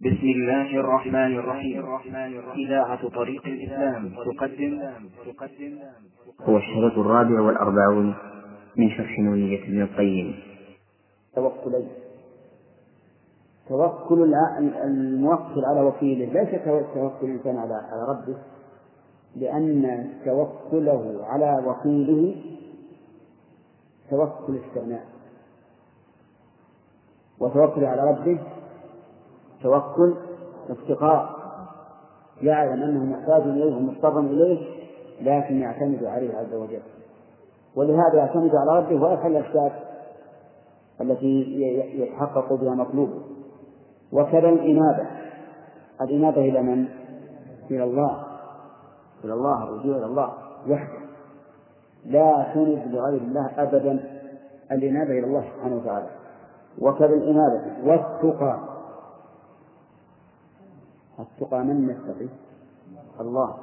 بسم الله الرحمن الرحيم. إذاعة طريق الإسلام تقدم هو الشريط 44 من شرح نونية ابن القيم. توكلين. توكل الموكل على وكيله ليس توكل الإنسان على ربه، لأن توكله على وكيله توكل استغناء، وتوكل على ربه توكل افتقار، يعلم أنه محتاج إليه ومضطر إليه لكن يعتمد عليه عز وجل، ولهذا يعتمد على ربه ويفعل الأشياء التي يتحقق بها مطلوبه. وكذا الإنابة إلى من؟ إلى الله، الرجوع إلى الله وحده، لا تنب لغير الله أبدا، الإنابة إلى الله سبحانه وتعالى. وكذا الإنابة التقى من يتقي؟ الله،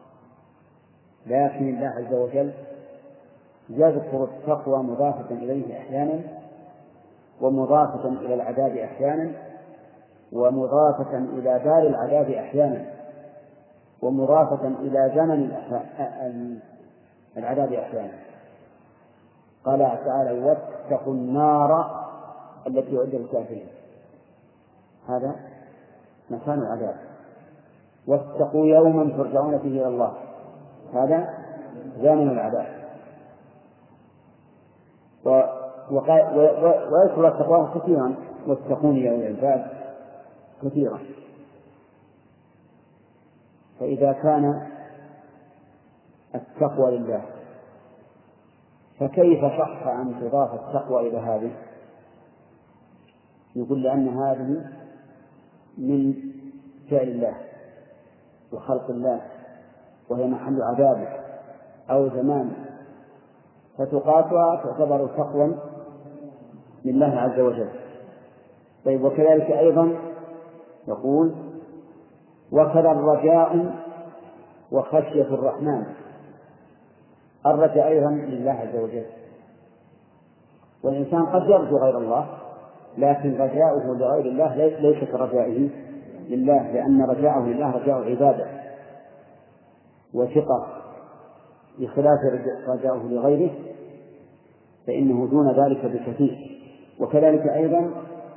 لكن الله عز وجل يذكر التقوى مضافة إليه أحيانا، ومضافة إلى العذاب أحيانا، ومضافة إلى دار العذاب أحيانا، ومضافة إلى زمن العذاب أحيانا. قال تعالى: واتقوا النار التي أعدت للكافرين، هذا مكان العذاب. واتقوا يوما ترجعون فيه إلى الله، هذا زمن العذاب. ويذكر التقوى كثيرا: واتقوني يا أولي الألباب كثيرا. فإذا كان التقوى لله، فكيف صح أن تضاف التقوى إلى هذه؟ يقول لأن هذه من فعل الله وخلق الله، وهي محل عذابه أو زمانه، فتقاطع تعتبر تقوى لله عز وجل. طيب، وكذلك أيضا يقول: وكذا الرجاء وخشية الرحمن. الرجاء أيضا لله عز وجل، والإنسان قد يرجو غير الله، لكن رجاؤه لغير الله ليس كرجائه لله، لأن رجاءه لله رجاء عبادة وثقة، بخلاف رجاؤه لغيره فإنه دون ذلك بكثير. وكذلك أيضا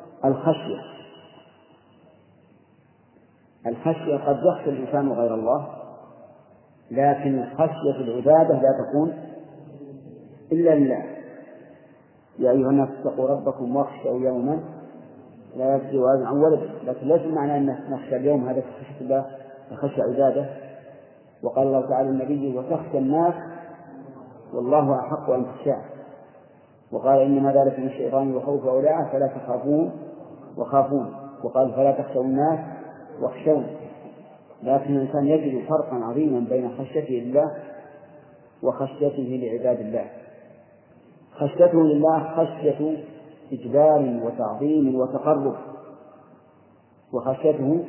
الخشية قد يخشى الإنسان غير الله، لكن خشية العبادة لا تكون إلا لله. يا أيها الناس اتقوا ربكم واخشوا يوما لا يجزي والد عن ولده، لكن ليس معنى أن نخشى اليوم هذا خشية الله فخشى عباده. وقال الله تعالى للنبي: وتخشى الناس والله أحق أن تخشاه. وقال: إنما ذلك من الشيطان وخوف أولئك فلا تخافون وخافون. وقال: فلا تخشوا الناس واخشون. لكن الإنسان يجد فرقا عظيما بين خشيته لله وخشيته لعباد الله. خشيته لله خشية إجلال وتعظيم وتقرب، وخشيته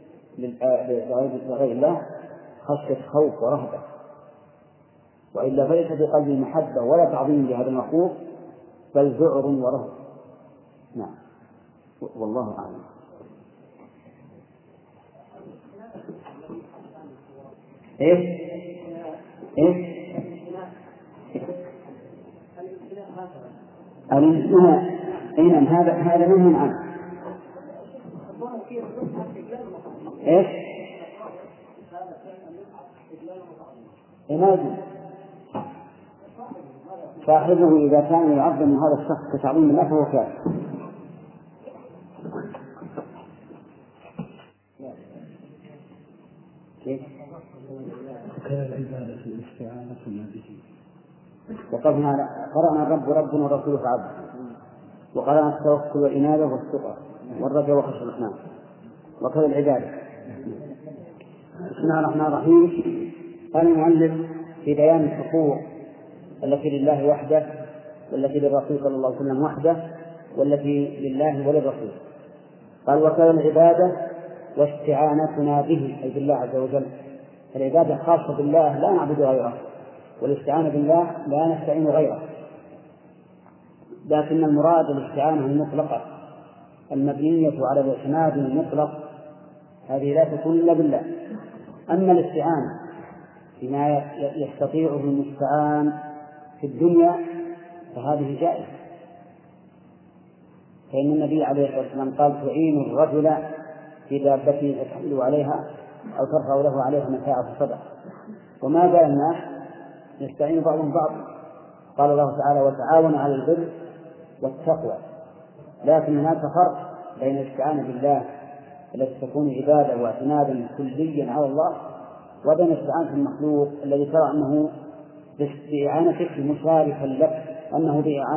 لغير الله خشية خوف ورهبة، وإلا فليس في قلبه محبة ولا تعظيم لهذا المخوف، بل ذعر ورهب. نعم، والله أعلم. إيه الانتهاء أين هذا منهم عنه؟ إيش؟ إماجن صاحبه إذا كان يعظم هذا الشخص كتعظيم الله فهو كافر. وكان العبادة الاستعانة به. وقالنا قرأنا الرب ربنا ورسوله عبد، وقرأنا التوكل والإنابة والثقة والرجاء وخشية الرحمن. وكذا العبادة. بسم الله الرحمن الرحيم. قال المؤلف في بيان الحقوق التي لله وحده، والتي للرسول صلى الله عليه وسلم وحده، والتي لله وللرسول. قال: وكذا العبادة واستعانتنا به، أي بالله عز وجل. العبادة خاصة بالله لا نعبد غيره، والاستعانة بالله لا نستعين غيره، لكن المراد الاستعانة المطلقة المبنية على الاعتماد المطلق هذه لا تكون إلا بالله. أما الاستعانة بما يستطيعه المستعان في الدنيا فهذه جائزة، فإن النبي عليه الصلاة والسلام قال تعين الرجل في دابته تحمل عليها أو ترفع له عليها متاعه صدقة. وما بال الناس يستعين بعضهم بعضا. قال الله تعالى وتعاونوا على البر والتقوى. لكن هناك فرق بين الاستعانة بالله التي تكون عبادة واعتمادا كليا على الله وبين استعانة المخلوق الذي ترى أنه باستعانتك مشاركا لك، أنه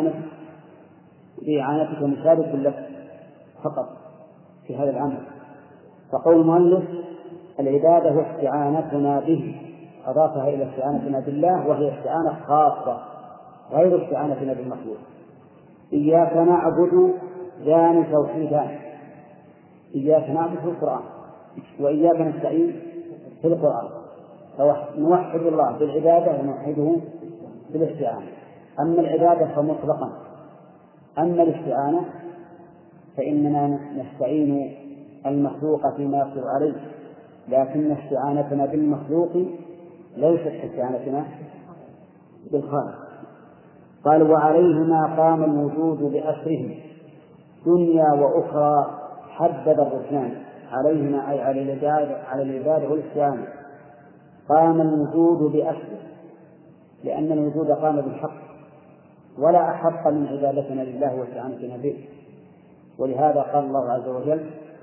بإعانتك مشارك لك فقط في هذا العمل. فقول المؤلف العبادة هو استعانتنا به، أضافها إلى استعانتنا بالله، وهي استعانة خاصة غير استعانتنا بالمخلوق. إياك نعبد جانب توحيدان، إياك نعبد في القرآن وإياك نستعين في القرآن، نوحد الله بالعبادة ونوحده بالاستعانة. أما العبادة فمطلقا، أما الاستعانة فإننا نستعين المخلوق فيما يقدر عليه، لكن استعانتنا بالمخلوق ليست استعانتنا بالخالق. قال وعليهما قام الوجود بأسره دنيا وأخرى حدد الركنان. عليهما أي على العبادة والاستعانة قام الوجود بأسره، لأن الوجود قام بالحق، ولا أحق من عبادتنا لله واستعانتنا به. ولهذا قال الله عز وجل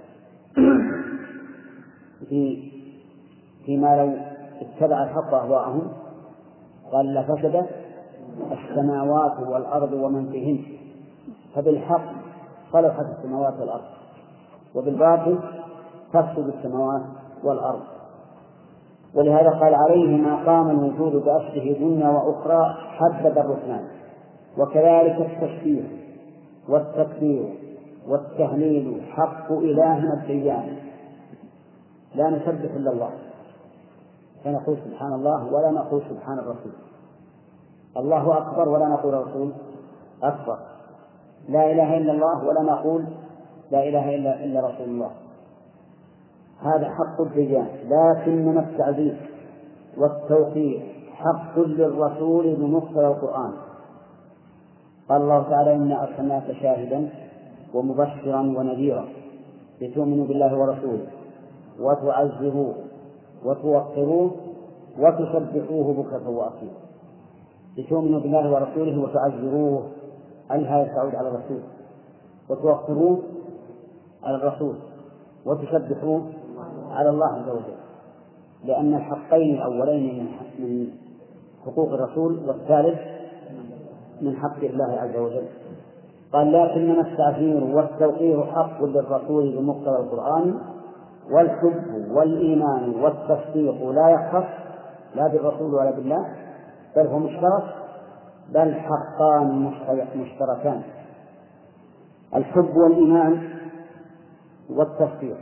فيما لو اتبع الحق أهواءهم قال لفسدت السماوات والأرض ومن فيهن. فبالحق صلحت السماوات والأرض، وبالباطل تفسد السماوات والأرض. ولهذا قال عليهما قام الوجود بأسره دنيا وأخرى حدد الركنان. وكذلك التشبيه والتكبير والتهليل حق إلهنا الديان، لا نسبح إلا الله، فنقول سبحان الله ولا نقول سبحان الرسول، الله أكبر ولا نقول الرسول أكبر، لا إله إلا الله ولا نقول لا إله إلا رسول الله. هذا حق الديان. لكنما التعزيز والتوقير حق للرسول بمقتضى القرآن. قال الله تعالى إنا أرسلناك شاهدا ومبشرا ونذيرا لتؤمنوا بالله ورسوله وتعزروه وتوقروه وتسبحوه بكرة وأصيلا. لتؤمنوا بالله ورسوله وتعزروه، هذا تعود على الرسول، وتوقروه على الرسول، وتسبحوه على الله عز وجل، لأن الحقين الأولين من حقوق الرسول والثالث من حق الله عز وجل. قال لكنما التعزير والتوقير حق للرسول بمقتضى القرآن، والحب والإيمان والتصديق لا يختص لا بالرسول ولا بالله، بل هو مشترك، بل حقان مشتركان. الحب والإيمان والتصديق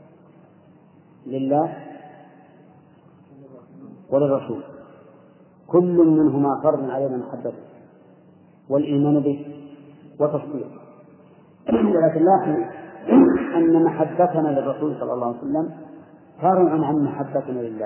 لله وللرسول، كل منهما فرض علينا محبته والإيمان به وتصديق. ولكن لاحظوا أن محبتنا للرسول صلى الله عليه وسلم فرع عن محبتنا لله.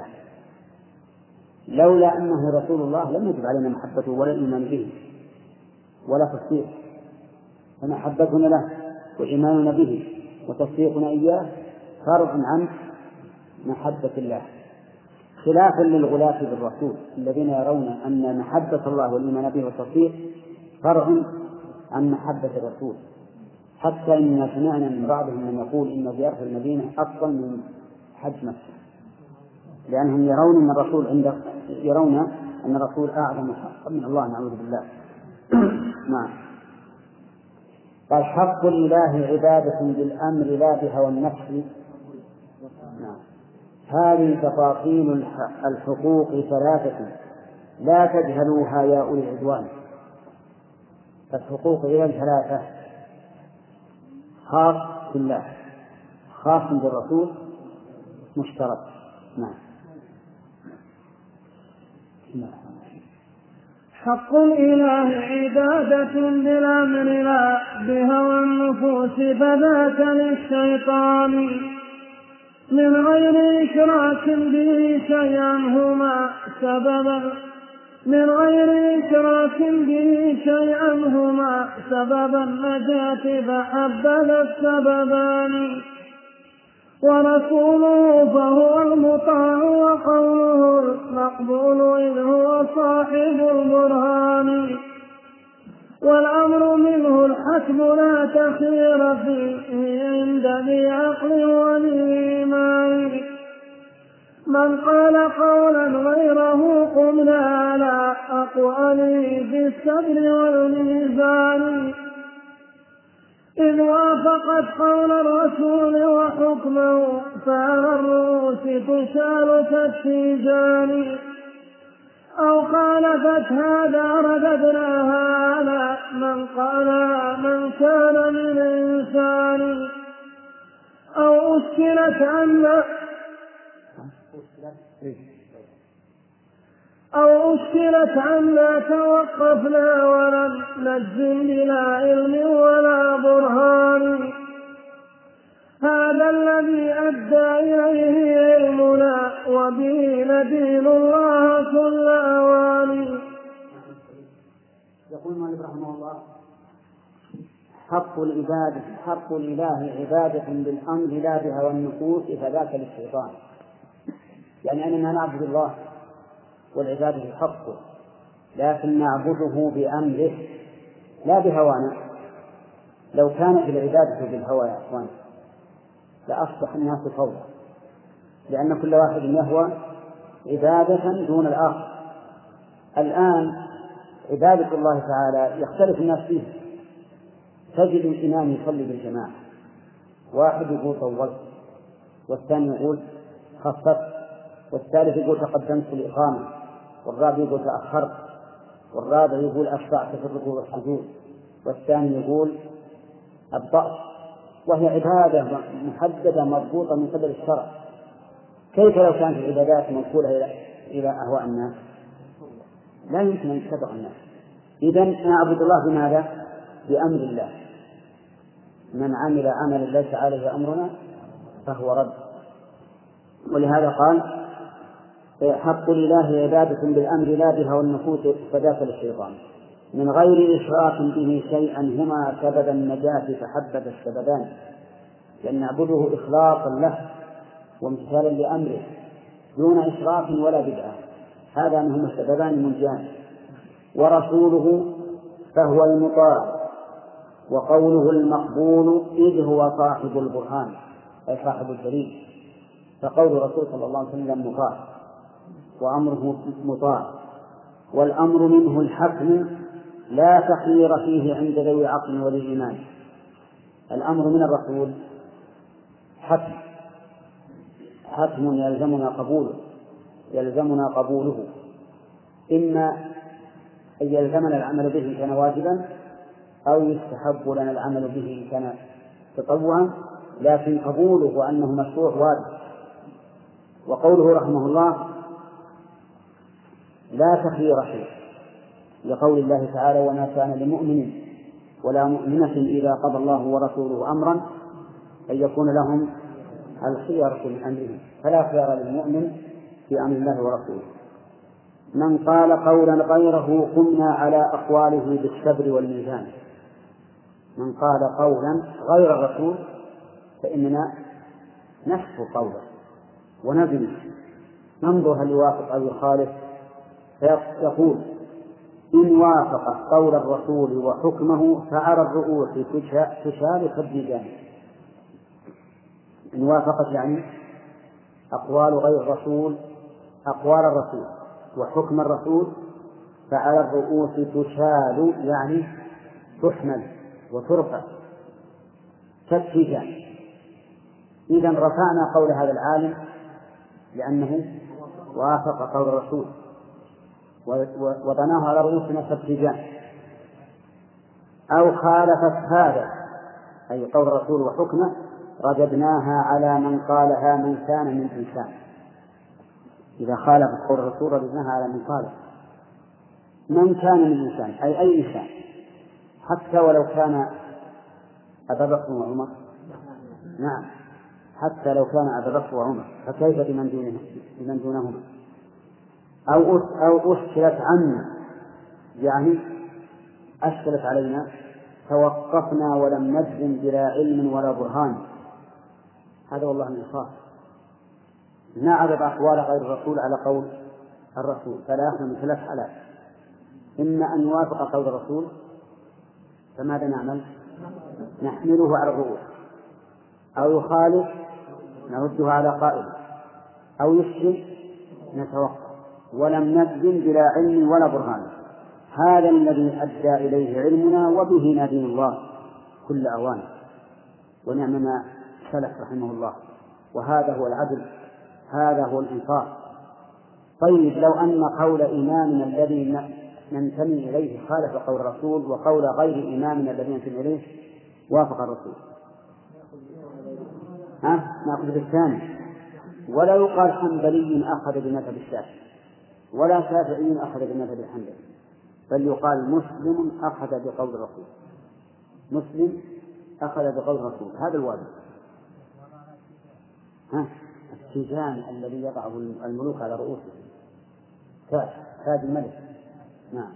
لولا أنه رسول الله لم يجب علينا محبته ولا الإيمان به ولا تصديقه، فمحبتنا له وإيماننا به وتصديقنا إياه فرع عن محبة الله، خلافا للغلاة بالرسول الذين يرون أن محبة الله والإيمان به والتصديق فرع عن محبة الرسول. حتى إننا سمعنا من بعضهم من يقول إن زيارة المدينة أفضل من حج مكة، لأنهم يرون أن الرسول أعظم حقا من الله، نعوذ بالله. نعم. قال حق الإله عبادة بالأمر لا بهوى النفس. نعم. هذه تفاصيل الحقوق ثلاثة لا تجهلوها يا أولي العدوان. الحقوق إلى ثلاثة: خاص بالله، خاص بالرسول، مشترك. نعم. حق الإله عبادة بالأمر لا بهوى النفوس فذاك للشيطان، من غير إشراك به شيئا هما سبب النجاة فحبذا السببان. ورسوله فهو المطاع وقوله المقبول إذ هو صاحب البرهان. والأمر منه الحسب لا تخير فيه عند ذي عقل والإيمان. من قال قولا غيره قمنا على أقواله بالصبر والميزان. إذ وافقت قول الرسول وحكمه فعلى الرؤوس تشال كالسيجان. أو خالفت هذا رددناها على من قالها من كان من إنسان. أو أشكلت عنا توقفنا ولم نجزم بلا علم ولا برهان. هذا الذي أدى إليه علمنا وبه ندين الله كل أوان. يقول المؤلف رحمه الله: حق الإله عبادة بالأمر لا بهوى النفوس فذاك للشيطان. يعني أننا نعبد الله والعبادة حقه، لكن نعبده بأمره لا بهوانا. لو كانت العبادة بالهوى يا أخوان لأصبح الناس فوضى، لأن كل واحد يهوى عبادة دون الآخر. الآن عبادة الله تعالى يختلف الناس فيه. تجد الإمام يصلي بالجماعة، واحد يقول طولت، والثاني يقول خففت، والثالث يقول تقدمت في الإقامة، والرابع يقول تأخرت، والرابع يقول أشرعت في الركوع والسجود، والثاني يقول أبطأت، وهي عبادة محددة مربوطة من قبل الشرع. كيف لو كانت العبادات موصولة إلى أهواء الناس؟ لا يمكن أن يتبع الناس. إذن نعبد الله بماذا؟ بأمر الله. من عمل عملا ليس عليه أمرنا فهو رد. ولهذا قال: حق الإله عبادة بالأمر لا بهوى النفوس فذاك للشيطان. من غير إشراك به شيئا هما سبب النجاة فحبذا السببان. لأن نعبده إخلاصا له وامتثالا لأمره دون إشراك ولا بدعة، هذا هما السببان المنجيان. ورسوله فهو المطاع وقوله المقبول إذ هو صاحب البرهان أي صاحب الدليل. فقول الرسول صلى الله عليه وسلم مطاع وأمره مطاع. والأمر منه الحكم لا تخير فيه عند ذوي عقل والإيمان. الأمر من الرسول حتم يلزمنا قبوله، إما أن يلزمنا العمل به إن كان واجبا، أو يستحب لنا العمل به إن كان تطوعا، لكن قبوله وأنه مشروع واجب. وقوله رحمه الله لا تخير فيه لقول الله تعالى: وما كان لمؤمن ولا مؤمنة إذا قضى الله ورسوله أمرا أن يكون لهم الخيرة من أمرهم. فلا خيار للمؤمن في أمر الله ورسوله. من قال قولا غيره قمنا على أقواله بالصبر والميزان. من قال قولا غير الرسول فإننا نحفظ قوله ونبني ننظر هل يوافق أو يخالف، فيقول: إن وافق قول الرسول وحكمه فعلى الرؤوس تشال كالديدان. إن وافقت يعني أقوال غير الرسول أقوال الرسول وحكم الرسول فعلى الرؤوس تشال يعني تحمل وترفع كالديدان. إذن رفعنا قول هذا العالم لأنه وافق قول الرسول وضناه على رؤوسنا كالديدان. أو خالفت هذا أي قول الرسول وحكمه رددناها على من قالها من كان من إنسان. إذا خالفت قول الرسول رددناها على من قال من كان من إنسان أي إنسان، حتى ولو كان أبا بكر وعمر. نعم، حتى لو كان أبي بكر وعمر، فكيف بمن دونهما؟ أو أشكلت عنا، يعني أشكلت علينا توقفنا ولم نجزم بلا علم ولا برهان، هذا والله من الخاص. نعرض أقوال غير الرسول على قول الرسول، فلا يخلو من 3 حالات: إما أن يوافق قول الرسول فماذا نعمل؟ نحمله على الرؤوس، أو يخالف نرده على قائله، أو يشرك نتوقف ولم نجزم بلا علم ولا برهان. هذا الذي أدى إليه علمنا، وبه ندين الله كل أوان، ونعم ما سلف رحمه الله. وهذا هو العدل، هذا هو الإنصاف. طيب لو أن قول إمامنا الذي ننتمي إليه خالف قول الرسول، وقول غير إمامنا الذي ننتمي إليه وافق الرسول، نأخذ بالثاني. ولا يقال حنبلي أخذ بمذهب الشافعي، ولا شافعي أخذ بمذهب الحنبلي، بل يقال مسلم أخذ بقول الرسول، مسلم أخذ بقول الرسول. هذا الواجب. التيجان الذي يضعه الملوك على رؤوسهم، تاج الملك. نعم.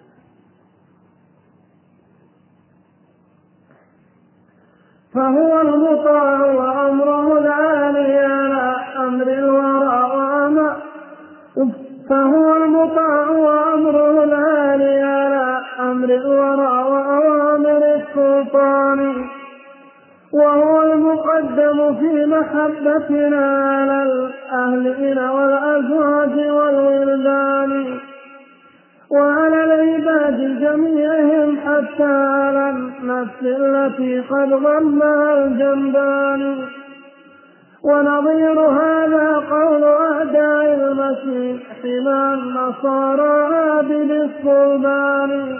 فهو المطاع وأمره العالي على أمر الورى فهو المطاع وأمره العالي على أمر الورى وأوامر السلطان، وهو المقدم في محبتنا على الأهلين والأزواج والولدان، وعلى العباد جميعهم حتى على النفس التي قد ضمها الجنبان. ونظير هذا قول أعداء المسيح مع النصارى عابد الصلبان.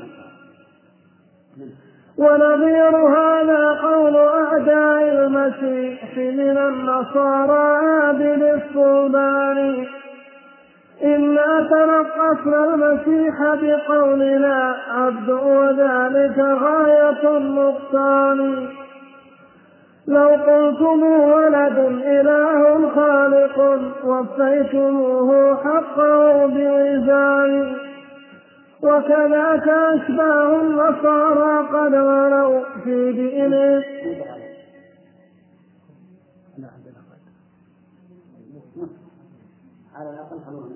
ونظير هذا قول أعداء المسيح من النصارى عابد الصلبان. إنا تنقصنا المسيح بقولنا عبد، وذلك غاية النقصان. لو قلتم ولد إله خالق وفيتموه حقه بوزان. وكذاك أشباه النصارى قد غلوا في دينه. على الأقل خلونا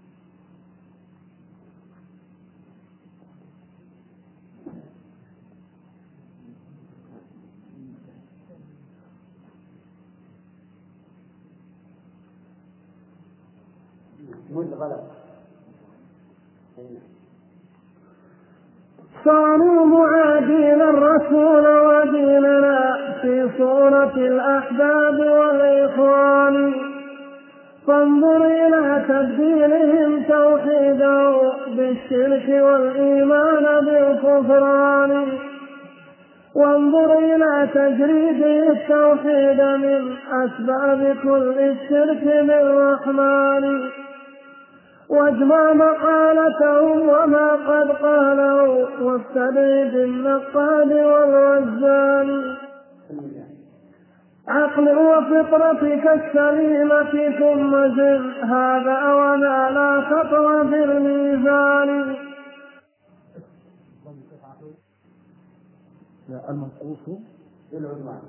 صاروا معادين الرسول وديننا في صورة الأحباب والإخوان. فانظر إلى تبديلهم توحيدا بالشرك والإيمان بالكفران. وانظر إلى تجريد التوحيد من أسباب كل الشرك بالرحمن. واجمع مقالتهم وما قد قالوا، واستبعد النقاد والوزان. عقل وفطرتك السليمة ثم زل هذا وما لا خطر في الميزان. المنقوص بالعدوان.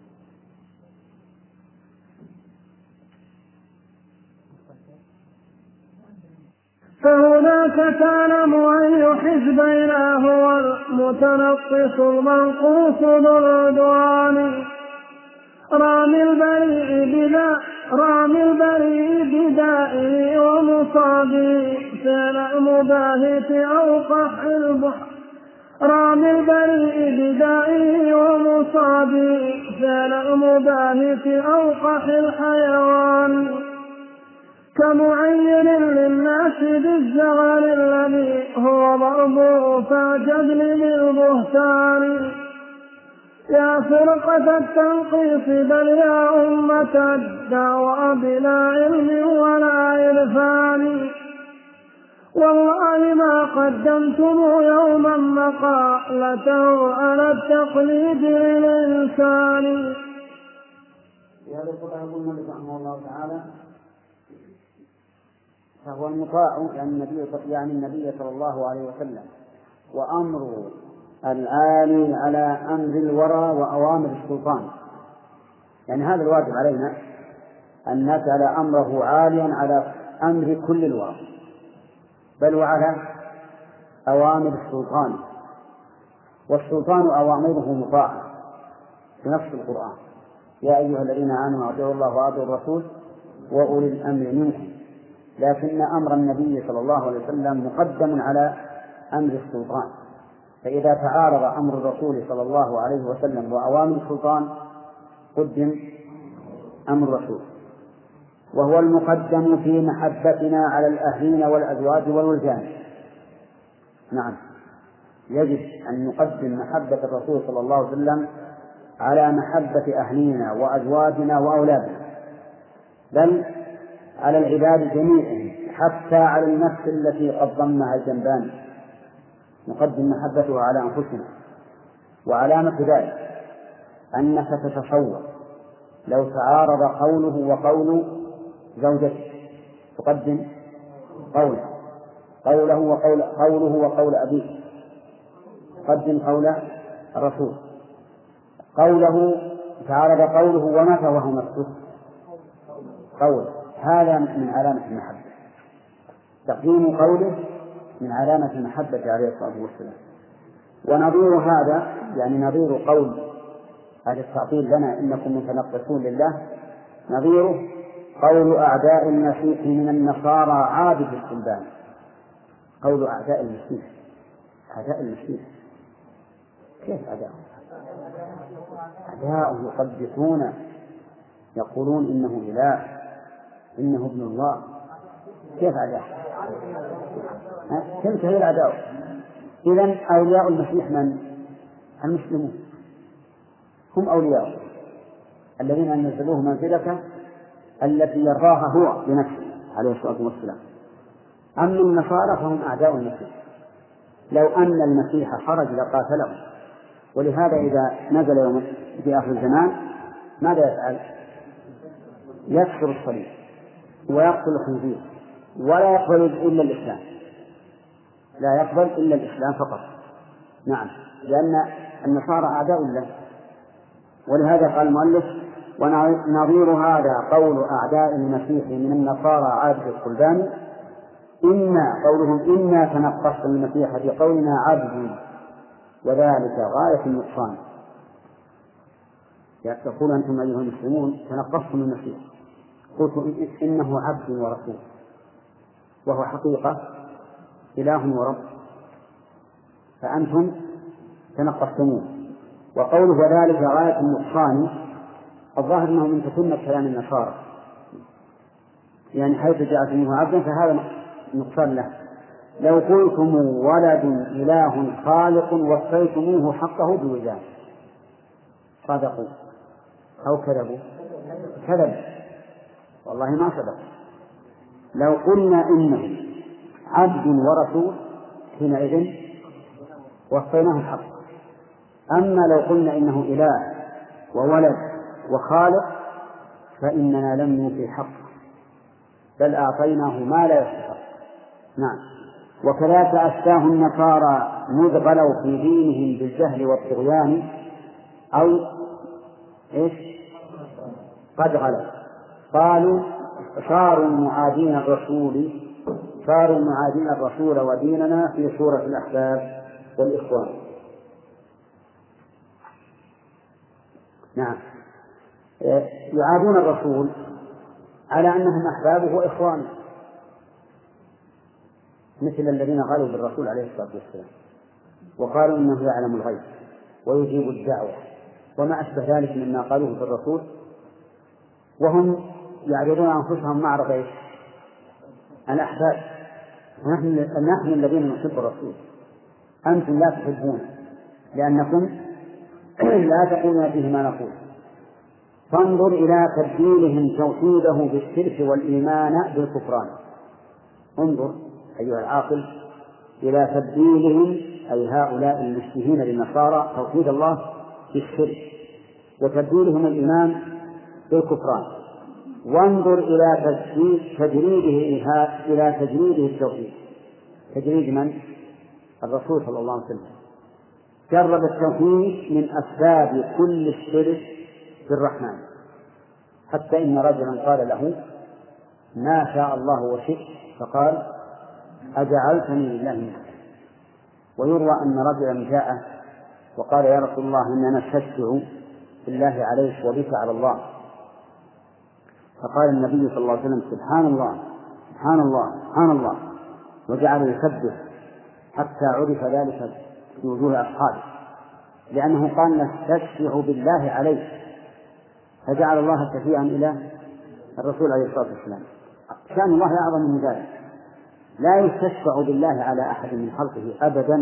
فهناك تعلم أي حزبين هو المتنقص المنقوص بالعدوان. رامي البريء بدائه ومصابه فعل مباهت أوقح البحر. رامي البريء بدائه ومصابه فعل مباهت أوقح الحيوان. كمعين للناس بالزغل الذي هو ضربه فاعجبني بالبهتان. يا فرقة التنقيص بل يا أمة الدعوى بلا علم ولا عرفان. والله ما قدمتم يوما مقالته على التقليد للإنسان. في هذا الخطأ يقول المؤلف رحمه الله تعالى فهو المطاع يعني النبي صلى الله عليه وسلم، وأمر العالي على أمر الورى وأوامر السلطان. يعني هذا الواجب علينا أن نجعل أمره عاليا على أمر كل الورى، بل وعلى أوامر السلطان، والسلطان أوامره مطاعة بنص القرآن: يا أيها الذين آمنوا أطيعوا الله وأطيعوا الرسول وأولي الأمر منكم. لكن أمر النبي صلى الله عليه وسلم مقدم على أمر السلطان، فإذا تعارض أمر الرسول صلى الله عليه وسلم وأوامر السلطان قدم أمر الرسول، وهو المقدم في محبتنا على الأهلين والأزواج والولدان. نعم، يجب أن نقدم محبة الرسول صلى الله عليه وسلم على محبة أهلينا وأزواجنا وأولادنا، بل على العباد جميعهم، حتى على النفس التي قد ضمها الجنبان نقدم محبته على أنفسنا. وعلامة ذلك أنك تتصور لو تعارض قوله وقول زوجته تقدم قوله وقول أبيه، تقدم قول الرسول. قوله تعارض قوله ومتى وهو نفسه هذا من علامة المحبة، تقديم قوله من علامة المحبة عليه الصلاة والسلام. ونظير هذا يعني نظير قول أهل التعطيل لنا إنكم متنقصون لله، نظيره قول أعداء المسيح من النصارى عابد الصلبان. قول أعداء المسيح كيف أعداءهم؟ أعداءه يقدسون، يقولون إنه إله، إنه ابن الله. كيف أعداء؟ كيف هي الأعداء؟ إذن أولياء المسيح من؟ المسلمون هم أولياء الذين نزلوه منزلته التي يرضاها هو بنفسه عليه الصلاة والسلام. أما النصارى فهم أعداء المسيح، لو أن المسيح خرج لقاتلهم. ولهذا إذا نزل يوم في آخر الزمان ماذا يفعل؟ يكسر الصليب ويقتل الخنزير ولا يقبل إلا الإسلام، لا يقبل إلا الإسلام فقط. نعم، لأن النصارى أعداء الله. ولهذا قال المؤلف: ونظير هذا قول أعداء المسيح من النصارى عابد الصلبان، قولهم إنا تنقصت المسيح بقولنا عبد، وذلك غاية النقصان. يقول أنتم أيها المسلمون تنقصتم المسيح، قلت إنه عبد ورسول، وهو حقيقة إله ورب، فأنتم تنقصتموه. وقوله وذلك غاية النقصان الظاهر أنه من تتمة كلام النصارى، يعني حيث جعلتموه عبدا فهذا نقصان له. لو قلتم ولد إله خالق وفيتموه حقه بوجاه صدقوا أو كذبوا؟ كذب، والله ما صدقوا. لو قلنا إنه عبد ورسول حينئذ وفيناه حقه. أما لو قلنا إنه إله وولد وخالق فإننا لم نوفي حقه، بل أعطيناه ما لا يستحق. نعم. وكذلك أفتاه النصارى مذ غلوا في دينهم بالجهل والطغيان، أو قد غلوا، قالوا صاروا معادين الرسول وديننا في سورة الأحزاب والإخوان. نعم، يعادون الرسول على أنهم أحبابه وإخوانه، مثل الذين غالوا بالرسول عليه الصلاة والسلام وقالوا إنه يعلم الغيب ويجيب الدعوة وما أشبه ذلك مما قالوه بالرسول، وهم يعرضون أنفسهم معرض الأحباب. نحن الذين نحب الرسول، أنتم لا تحبون لأنكم لا تقولون فيه ما نقول. فانظر إلى تبديلهم توحيده بالشرك والإيمان بالكفران. انظر أيها العاقل إلى تبديلهم، أي هؤلاء المشبهين للنصارى، توحيد الله بالشرك، وتبديلهم الإيمان بالكفران، وانظر إلى تجريده التوحيد. تجريد من؟ الرسول صلى الله عليه وسلم جرب التوحيد من أسباب كل الشرك بالرحمن، حتى إن رجلا قال له ما شاء الله وشئت، فقال أجعلتني لله ندا. ويروى أن رجلا جاء وقال يا رسول الله إننا نستشفع بالله عليك وبك على الله، فقال النبي صلى الله عليه وسلم سبحان الله سبحان الله سبحان الله، وجعل يسبح حتى عرف ذلك في وجوه أصحابه، لأنه قال نستشفع بالله عليك، فجعل الله شفيعا إلى الرسول عليه الصلاة والسلام. شأن الله أعظم من ذلك، لا يستشفع بالله على أحد من خلقه أبدا،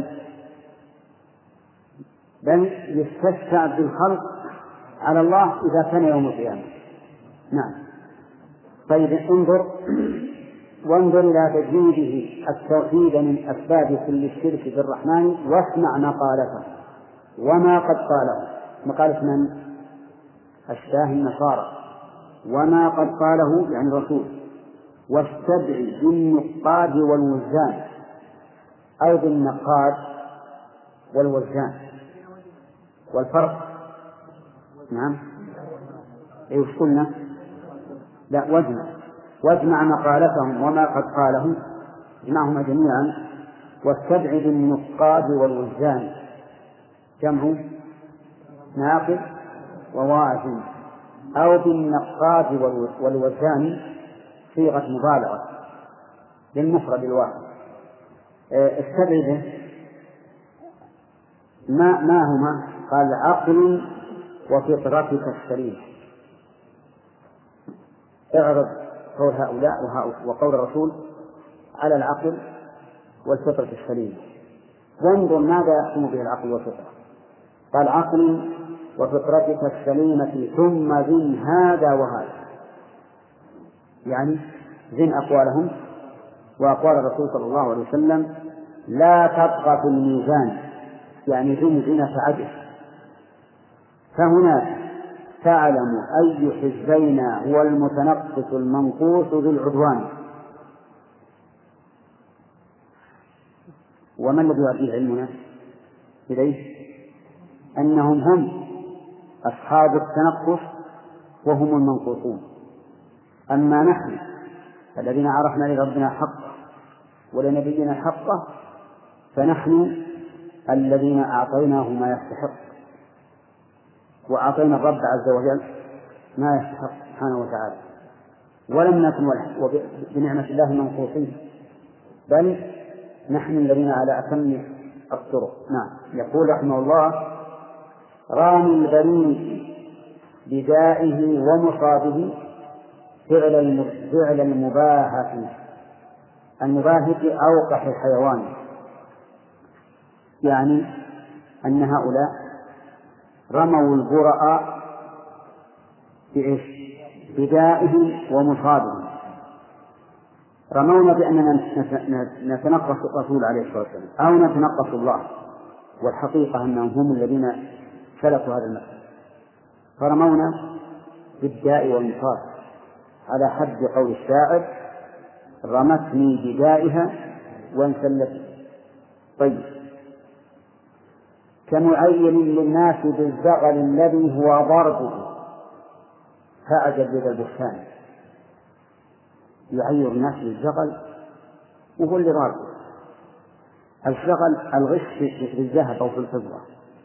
بل يستشفع بالخلق على الله إذا كان يوم القيامة. نعم. طيب وانظر إلى تجريده التوحيد من أسباب كل الشرك بالرحمن، واسمع مقالته وما قد قاله. مقالة من؟ أشباه النصارى. وما قد قاله يعني الرسول. واستبعد بالنقاد والوزان، أو بالنقاد والوزان، والفرق نعم إيش قلنا؟ لا، واجمع مقالتهم وما قد قاله، اجمعهما جميعا. واستبعد النقاد والوزان، جمع ناقد ووازن، أو بالنقاد والوزان صيغة مبالغة للمفرد الواحد. استبعده ما هما؟ قال عقل وفطرتك السليمة. اعرض قول هؤلاء وقول الرسول على العقل والفطرة السليمة، وانظر ماذا يحكم به العقل والفطرة. قال عقل وفطرتك السليمة ثم زن هذا وهذا، يعني زن أقوالهم وأقوال الرسول صلى الله عليه وسلم، لا تبقى في الميزان، يعني زنة عدل. فهناك تعلم أي حزبين هو المتنقص المنقوص بالعدوان. وما الذي يؤدي علمنا إليه؟ أنهم هم أصحاب التنقص وهم المنقوصون. أما نحن الذين عرفنا لربنا حقه ولنبينا حقه، فنحن الذين أعطيناه ما يستحق، وأعطينا الرب عز وجل ما يستحق سبحانه وتعالى، ولم نكن بنعمة الله منقوصين، بل نحن الذين على أتم الطرق. نعم. يقول رحمه الله رامي البريء بدائه ومصابه فعل المباهة أوقح الحيوان، يعني أن هؤلاء رموا البرأ بدائه ومصابه، رمونا بأننا نتنقص الرسول عليه الصلاة والسلام أو نتنقص الله، والحقيقة أنهم هم الذين سلكوا هذا المسلك، فرمونا بالداء والمصاب، على حد قول الشاعر رمتني بدائها وانسلت. طيب، كمعين للناس بالزغل الذي هو ضربه فأعجب ذا البستان. يعير الناس بالزغل وهو اللي ضربه. الزغل الغش في الذهب أو في الفضة،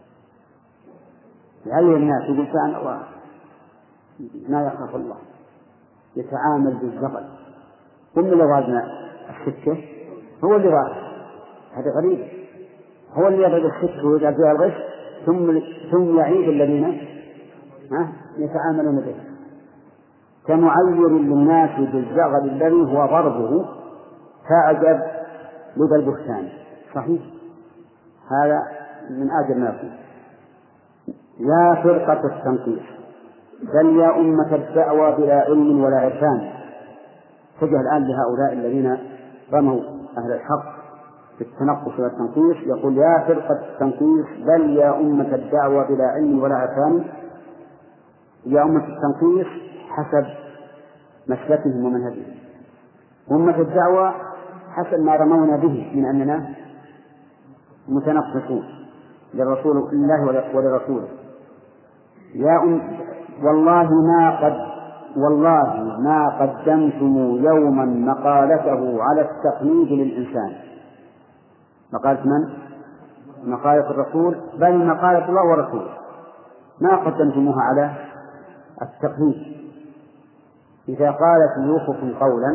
يعير الناس يقول كان الله ما يخاف الله، يتعامل بالزغل. ثم اللي ضربنا السكة هو اللي ضرب، هذا غريب، هو اللي يضرب السكة ويجعل فيها الغش، ثم يعيد الذين يتعاملون به. كمعير للناس بالزغل الذي هو ضربه فأعجب لذا البستان. صحيح، هذا من أعجب ما يكون. يا فرقة التنقيص بل يا أمة الدعوى بلا علم ولا عرفان. اتجه الآن لهؤلاء الذين رموا أهل الحق في التنقص والتنقيص، يقول يا فرقة التنقيص بل يا أمة الدعوى بلا علم ولا عرفان. يا أمة التنقيص حسب مسلكهم ومنهجهم، هم في الدعوة حسب ما رمونا به من أننا متنقصون للرسول الله ولرسوله. والله ما قدمتم يوما مقالته على التقليد للإنسان. مقالة من؟ مقالة الرسول، بل مقالة الله ورسوله، ما قدمتموها على التقليد. إذا قال شيوخكم قولا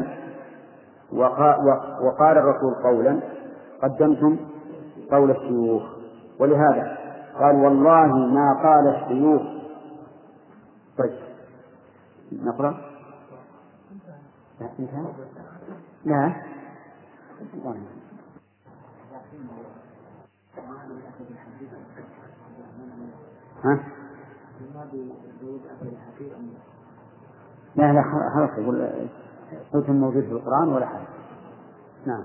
وقال الرسول قولا قدمتم قول الشيوخ. ولهذا قال والله ما قال الشيوخ. طيب نقرأ. لا ها؟ لا خلاص يقول قلت موجود في القرآن ولا حاجة. نعم.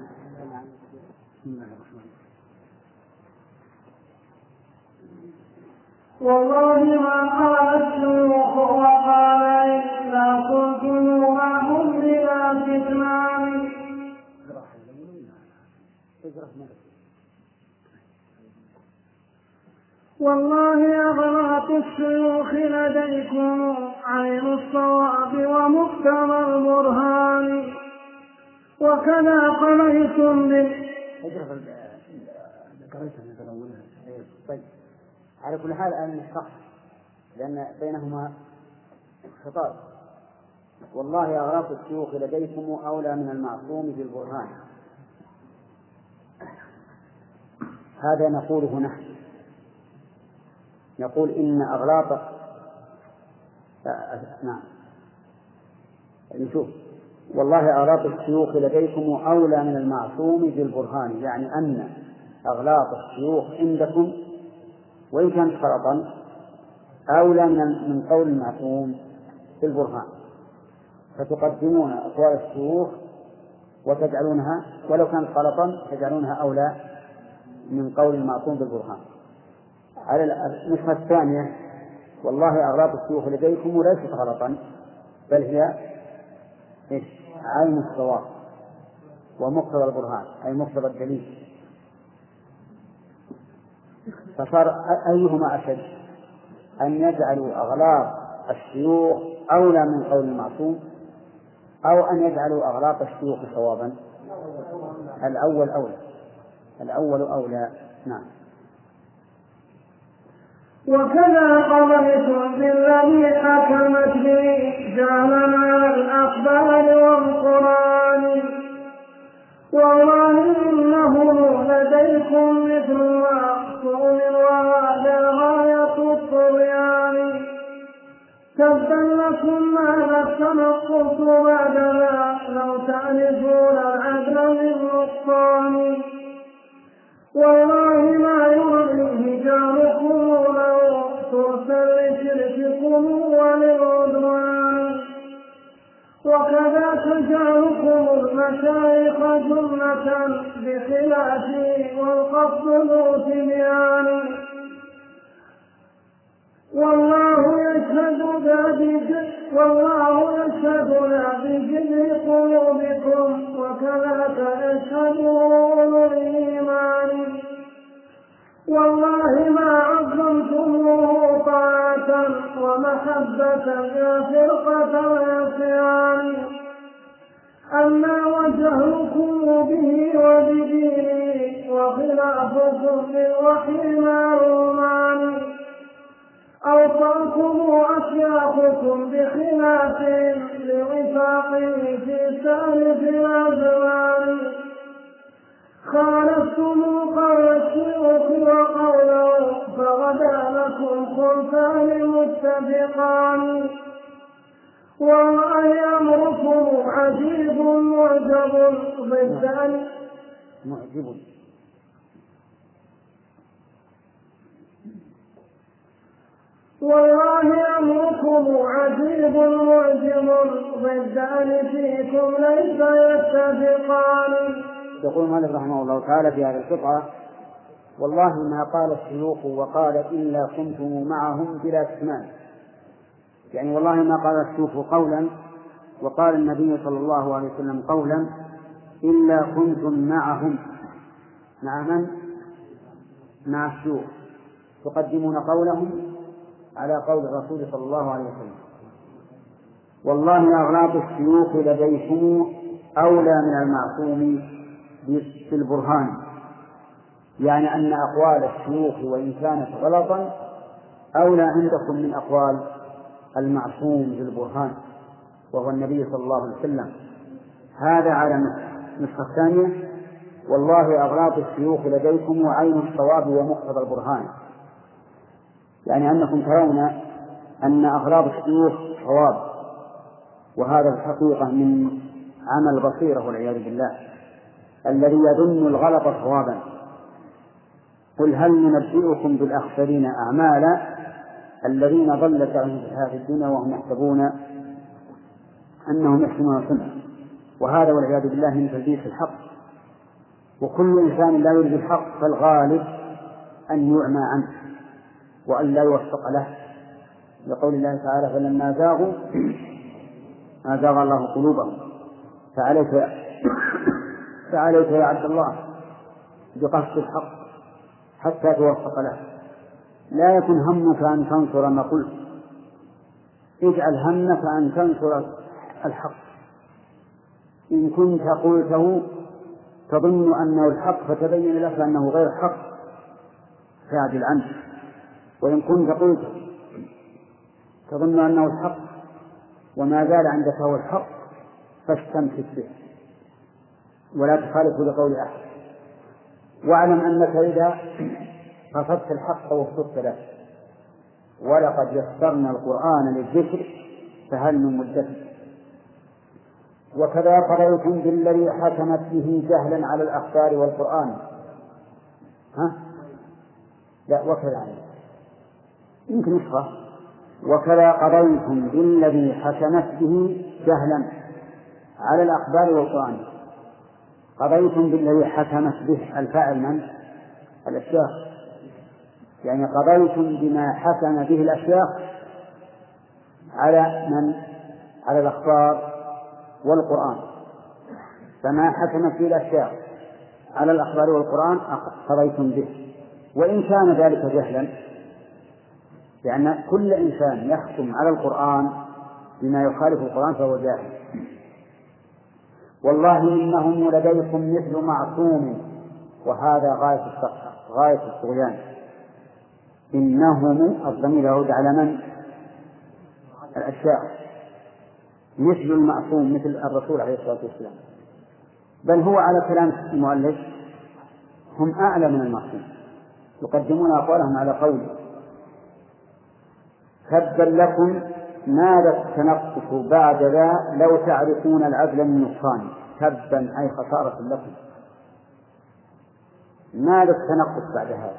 والله ما قال الشيوخ وقال إلا كنتم معهم بلا كتمان. والله أغلاط الشيوخ لديكم عين الصواب ومقتضى البرهان، وكذا قضيتم طيب على كل حال أن الصح لأن بينهما خطاب. والله أغلاط الشيوخ لديكم أولى من المعصوم بالبرهان، هذا نقوله نحن، نقول إن أغلاط نعم نشوف والله أغلاط الشيوخ لديكم أولى من المعصوم بالبرهان، يعني أن أغلاط الشيوخ عندكم وإن كانت خلطا أولى من قول المعصوم بالبرهان، فتقدمون أقوال الشيوخ وتجعلونها ولو كانت خلطا تجعلونها أولى من قول المعصوم بالبرهان. على النسخة الثانية والله أغلاط الشيوخ لديكم وليست غلطا بل هي عين الصواب ومقتضى البرهان أي مقتضى الدليل. فصار أيهما أشد، أن يجعلوا أغلاط الشيوخ أولى من قول المعصوم أو أن يجعلوا أغلاط الشيوخ صوابا؟ الأول أولى. نعم. وكذا قضيتم بالذي حكمت به جعلنا الأخبار والقرآن، والله إنه لديكم مثل معصوم وهذا غاية الطغيان. تبا لكم ما التنقص بعدنا لو تأنسون العدل بالنقصان، والله ما يرضيه جاركم لو ترسل لشرككم وللعدوان، وكذا تجعلكم المشايخ جملة بخلافه والقصد ذو تبيان، والله يشهد لا بجد قلوبكم وكذا يشهد أولو الإيمان، والله ما عظمتموه طاعة ومحبة يا فرقة العصيان، أما وجهلكم به وبدينه وخلافكم بالوحي معلومان، أوصاكم أشياخكم بخلاف لوفاقه في سالف الأزمان، خالفتم قول الشيوخ وقوله فغدا لكم خلفان متفقان، والله أمركم عجيب معجب ضد والله أمركم عجيب معجب ضد أن فيكم ليس يتفقان. يقول مالك رحمه الله تعالى في هذه القطعة والله ما قال الشيوخ وقال إلا كنتم معهم بلا كتمان، يعني والله ما قال الشيوخ قولا وقال النبي صلى الله عليه وسلم قولا إلا كنتم معهم. مع من؟ مع الشيوخ، تقدمون قولهم على قول الرسول صلى الله عليه وسلم. والله أغلاط الشيوخ لديكم أولى من المعصوم بالبرهان، يعني أن أقوال الشيوخ وإن كانت غلطا أولى عندكم من أقوال المعصوم بالبرهان وهو النبي صلى الله عليه وسلم. هذا على النسخة الثانية: والله أغلاط الشيوخ لديكم وعين الصواب ومقتضى البرهان، يعني أنكم ترون أن أغلاط الشيوخ صواب، وهذا الحقيقة من عمل البصيرة والعياذ بالله الذي يظن الغلط صوابا. قل هل ننبئكم بالأخسرين أعمالا الذين ضل سعيهم في هذه الدنيا وهم يحسبون أنهم يحسنون صنعا. وهذا والعياذ بالله من تلبيس الحق، وكل إنسان لا يريد الحق فالغالب أن يعمى عنه وأن لا يوفق له، لقول الله تعالى: فلما زاغوا أزاغ الله قلوبهم. فعليك يا عبد الله بقصد الحق حتى توفق له، لا يكن همك أن تنصر ما قلت، اجعل همك أن تنصر الحق. إن كنت قلته تظن أنه الحق فتبين لك أنه غير حق فاعدل عنه، وإن كنت قلت تظن أنه الحق وما زال عندك هو الحق فاستمسك به ولا تخالفه لقول أحد. واعلم أنك إذا رفضت الحق وفقت له، ولقد يسرنا القرآن للذكر فهل من مدكر. وكذا قضيتم بالذي حكمت به جهلا على الأخبار والقرآن. لا، وكذا يمكن نسخة: وكذا قضيتم بالذي حكمت به جهلا على الأخبار والقرآن. قضيتم بالذي حكمت به الفاعل من؟ الأشياخ، يعني قضيتم بما حكم به الأشياخ على من؟ على الأخبار والقرآن. فما حكمت به الأشياخ على الأخبار والقرآن قضيتم به، وإن كان ذلك جهلا، لأن كل إنسان يحكم على القرآن بما يخالف القرآن فهو جاهل. والله إنهم لديكم مثل معصوم، وهذا غاية الطغيان. إنهم الضمير يعود على من؟ الأشياء. مثل المعصوم مثل الرسول عليه الصلاة والسلام، بل هو على كلام المؤلف هم أعلى من المعصوم، يقدمون أقوالهم على قوله. تبا لكم ماذا التنقص بعد ذا لو تعرفون العدل من نقصان. تبا أي خسارة لكم. ماذا التنقص بعد هذا؟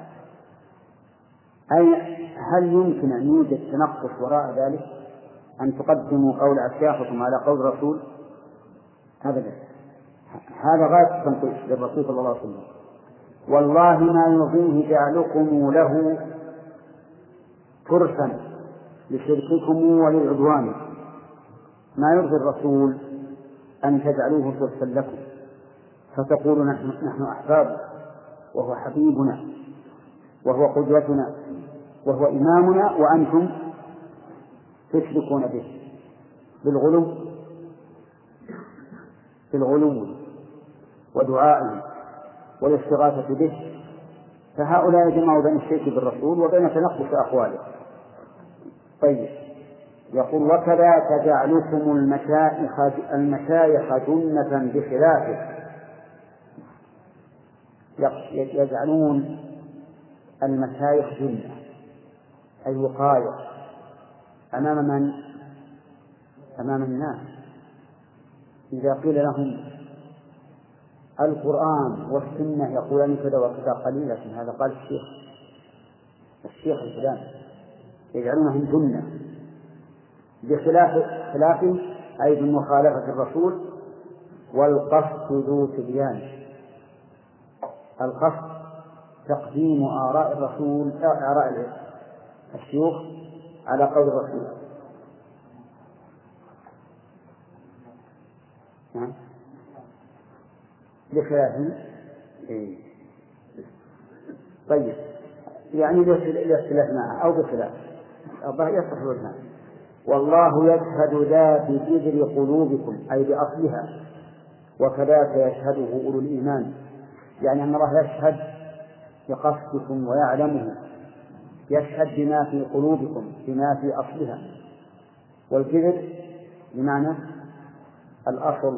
أي هل يمكن أن يوجد تنقص وراء ذلك، أن تقدموا قول أشياخكم على قول الرسول؟ أبدا، هذا غاية التنقيص للرسول صلى الله عليه وسلم. والله ما يرضيه جعلكم له فرسا لشرككم وللعدوان. ما يرضي الرسول أن تجعلوه فرسا لكم، فتقولوا نحن أحباب وهو حبيبنا وهو قدوتنا وهو إمامنا، وأنتم تشركون به بالغلو ودعائه والاستغاثة به. فهؤلاء جمعوا بين الشرك بالرسول وبين تنقص أقواله. طيب، يقول: وكذا تجعلكم المشايخ جنة بخلافه. يجعلون المشايخ جنة أي وقاية أمام من؟ أمام الناس. إذا قيل لهم القرآن والسنة يقولون كذا وكذا قليلا، هذا قال الشيخ الفلاني، يجعلونهم جنة بخلاف أي بمخالفة الرسول. والقصد ذو تبيان. القصد تقديم آراء الرسول، آراء الشيوخ على قول الرسول، بخلافه. طيب يعني الاختلاف معه أو بخلاف الله يصح الوجهان. والله يشهد ذا بجذر قلوبكم أي بأصلها، وكذلك يشهده أولو الإيمان، يعني أن الله يشهد بقصدكم ويعلمه، يشهد بما في قلوبكم بما في أصلها. والجذر بمعنى الأصل.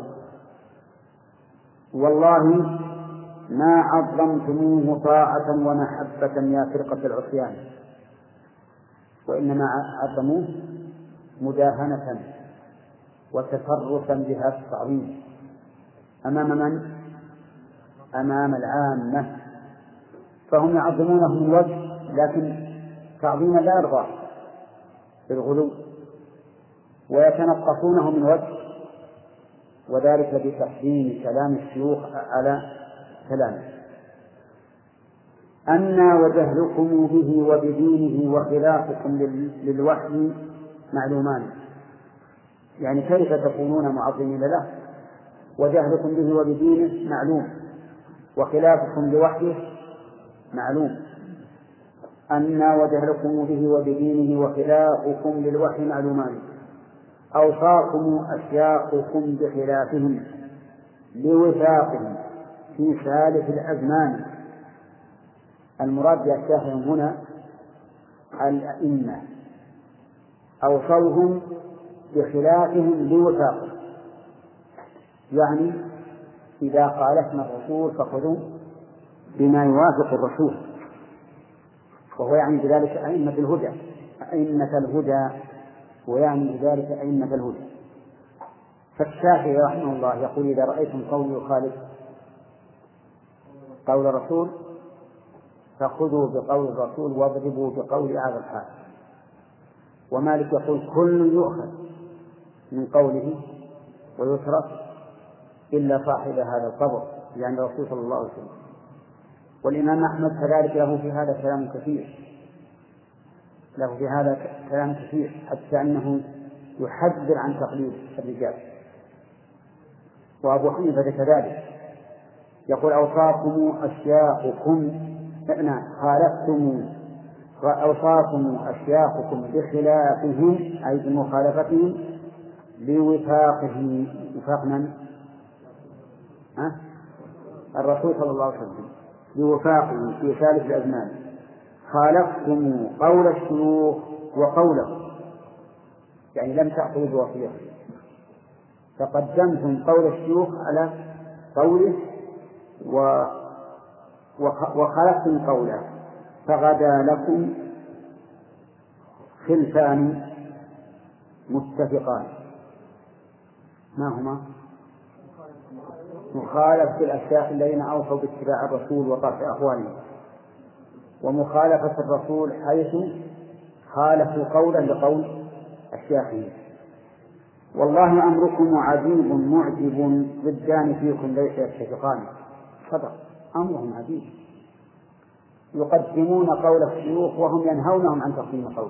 والله ما عظمتموه طاعة ومحبة يا فرقة العصيان، وإنما عظموه مداهنة وتفرسا بها التعظيم أمام من؟ أمام العامة، فهم يعظمونه من وجه لكن تعظيما لا يرضى بالغلو، ويتنقصونه من وجه، وذلك بتحسين كلام الشيوخ على كلامه. أنا وجهلكم به وبدينه وخلافكم للوحي معلومان، يعني كيف تكونون معظمين له وجهلكم به وبدينه معلوم، وخلافكم لوحيه معلوم. أنا وجهلكم به وبدينه وخلافكم للوحي معلومان. أوصاكم أشياخكم بخلافهم لوثاقهم في سالف الأزمان. المراد بأشياخهم هنا الأئمة، أوصوهم بخلافهم لوثاقهم، يعني إذا خالفنا الرسول فخذوا بما يوافق الرسول، وهو يعني بذلك أئمة الهدى، أئمة الهدى، ويعني بذلك أئمة الهدى. فالشافعي رحمه الله يقول إذا رأيتم قول يخالف قول الرسول فخذوا بقول الرسول واضربوا بقول أعظم الحال. ومالك يقول كل يؤخذ من قوله ويترك إلا صاحب هذا القبر، يعني الرسول صلى الله عليه وسلم. والإمام أحمد كذلك له في هذا كلام كثير، حتى أنه يحذر عن تقليد الرجال. وأبو حنيفة كذلك يقول أوصاكم أشياخكم أوصاكم أشياخكم بخلافهم أي بمخالفتهم لوفاقه. وفاق من؟ الرسول صلى الله عليه وسلم، لوفاقه في ثالث الأزمان. خالفتم قول الشيوخ وقوله، يعني لم تأخذوا بوصيته، فقدمتم قول الشيوخ على قوله وخالفتم قوله، فغدا لكم خلفان متفقان. ما هما؟ مخالفة الأشياخ الذين أوصوا باتباع الرسول وطاعة أخوانهم، ومخالفة الرسول حيث خالفوا قولا لقول أشياخهم. والله أمركم عجيب معجب ضدان فيكم ليس يتفقان. صدق، أمرهم عجيب، يقدمون قول الشيوخ وهم ينهونهم عن تقديم قوله.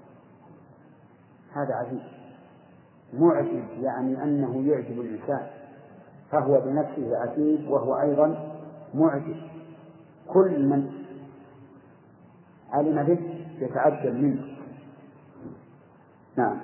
هذا عجيب معجب، يعني أنه يعجب الإنسان، فهو بنفسه عجيب وهو أيضا معجب. كل من علم به يتعجب منه. نعم.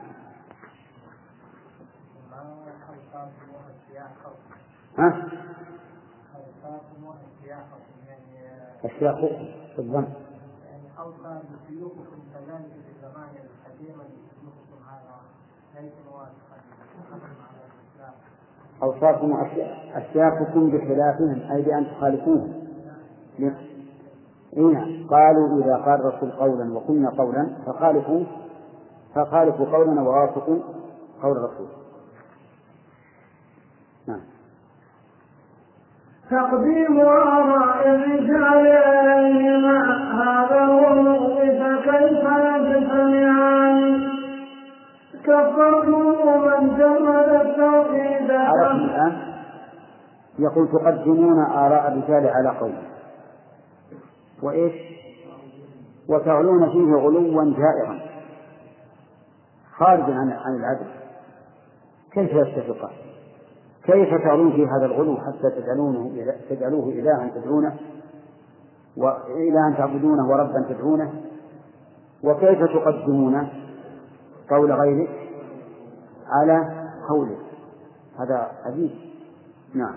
أشياخكم بالضم، يعني أوصى بشيوخكم كذلك في الزمان القديم بشيوخكم، هذا ليس موافقا على الإسلام. أوصاكم أشياخكم بخلافهم أي بأن تخالفوهم. قالوا إذا قال الرسول قولا وقلنا قولا فخالفوا قولنا ووافقوا قول الرسول. نعم. تقديم آراء الرجال عليهما هذا هو فكيف يجتمعان؟ كفرتم من جمد التوحيد. الآن يقول تقدمون آراء الرجال على قول وإيش؟ وتغلون فيه غلوا جائرا خارجا عن العدل. كيف يتفقان؟ كيف تعلون في هذا الغلو حتى تجعلوه إلها تدعونه وإلها تعبدونه وربا تدعونه؟ وكيف تقدمون قول غيره على قوله؟ هذا عجيب. نعم.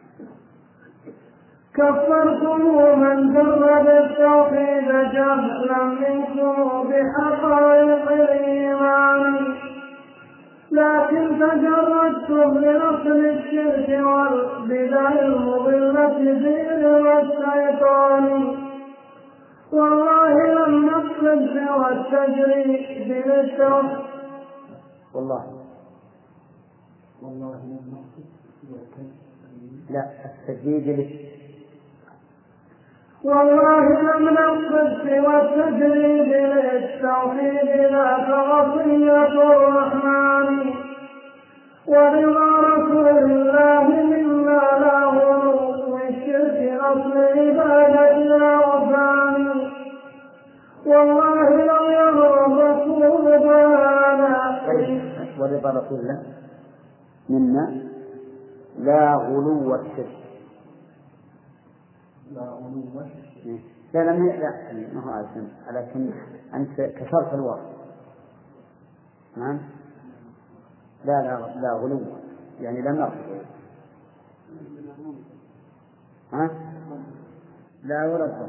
كفرتم من جرد التوحيد جهلا منكم بحقائق الإيمان، لكن تجردتم لنصل الشرك والبدع المضلة دين والشيطان. والله لم نقصد سوى التجريد للتوحيد. والله لم نقصد سوى التجريد والله لم نقصد سوى التجريد للتوحيد لا كوصية الرحمن، ورضا رسول الله مما لا غلو الشرك أصل عبادتنا وفاني. والله لو يرى الرسول بانا. ورضا رسول الله منا لا غلو الشرك. لا ما هو عارفين، لكن أنت كسرت الواو. نعم. لا غلو يعني لم نقصد. لا ورد.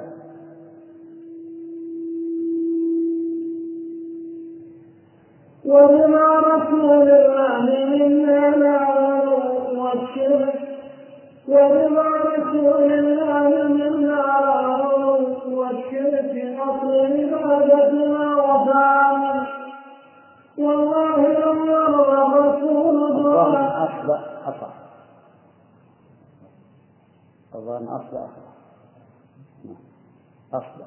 ورضا رسول الله منا لا غلو والشرك، ورضا رسول الله منا لا غلو والشرك أصل عبادتنا وفاني. والله لم يرضى الرسول الظاهر أصل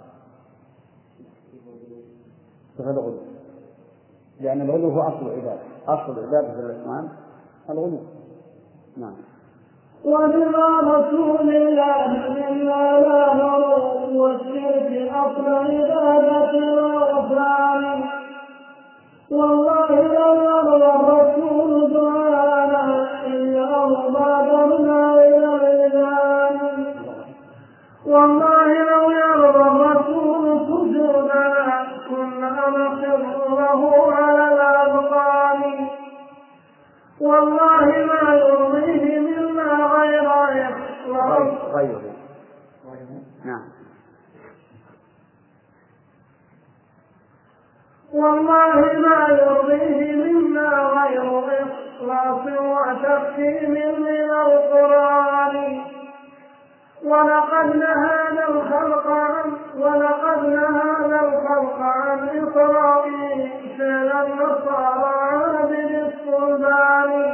الغلو، لأن الغلو هو أصل العبادة، أصل العبادة في الإسلام الغلو. نعم. ورضا رسول الله منا لا غلو والشرك أصل عبادتنا وفاني. والله لو يرضى الرسول دعانا إلا بادرنا إلى الإذان. والله لو يرضى الرسول سجودنا كنا نخر له على الأذقان. والله ما يرضيه منا غير إخلاص. نعم. والله ما يرضيه منا غير إخلاص وتفهيم من القرآن. ولقد نهانا الخلق عن إطرائه سيل النصارى عابد الصلبان.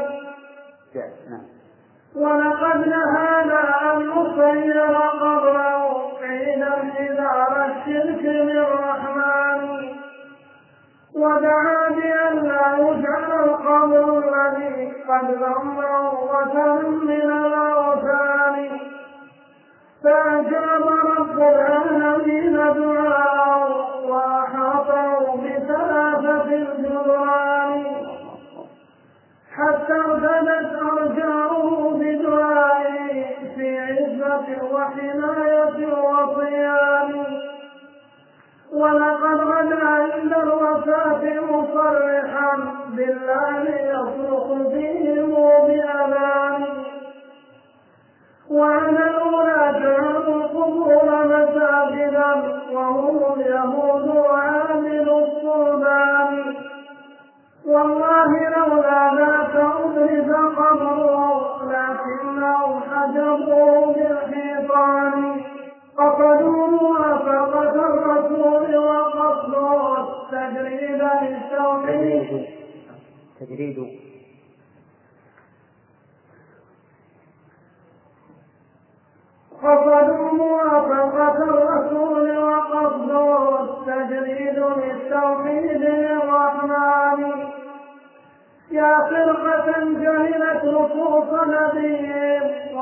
ولقد نهانا أن نصير قبره حين انحدار الشرك للرحمن. ودعا بأن لا يجعل القبر الذي قد ذمه وثن من الأوثان. فأجاب رب العالمين دعاءه وأحاطه بثلاثة الجدران، حتى ارتدت أرجاؤه بدعائه في عزة وحماية وصيان. ولقد غدا عند الوفاة مصرحا بالله يصرخ بهم بأمان. وعن الأولى جعلوا القبور مساجدا وهم اليهود وعامل الصلبان. والله لولا ذاك أدرك قبره لكنهم حجبوه بالحيطان. فقدوا موافقة الرسول وقصدوا التجريد للتوحيد. فقدوا موافقة الرسول وقصدوا التجريد للتوحيد للرحمن. يا فرقة جهلت نصوص نبيهم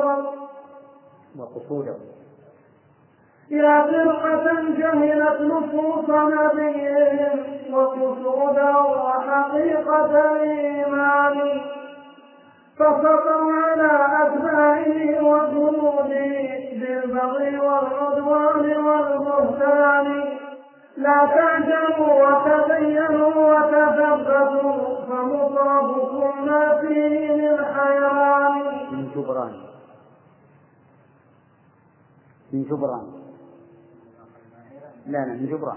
وقصوده. يا فرقة جهلت نصوص نبيهم وقصوده وحقيقة الإيمان. فسطوا على أتباعه وجنوده بالبغي والعدوان والبهتان. لا تعجلوا وتبينوا وتثبتوا فمصابكم ما فيه من حيران. من جبران لا من جبران.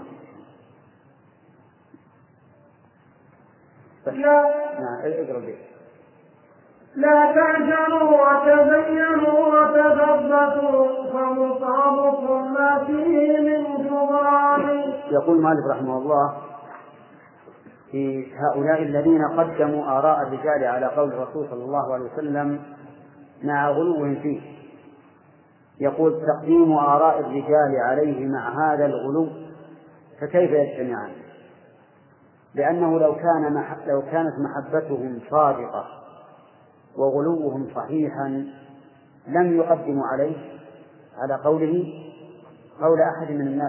اقرأ به. لا تعجلوا وتبينوا وتثبتوا فمصابكم ما فيه من جبران. يقول مالك رحمه الله في هؤلاء الذين قدموا آراء الرجال على قول الرسول صلى الله عليه وسلم مع غلوهم فيه، يقول تقديم آراء الرجال عليه مع هذا الغلو فكيف يجتمعان؟ لأنه لو كانت محبتهم صادقة وغلوهم صحيحا لم يقدموا عليه على قوله قول أحد من الناس.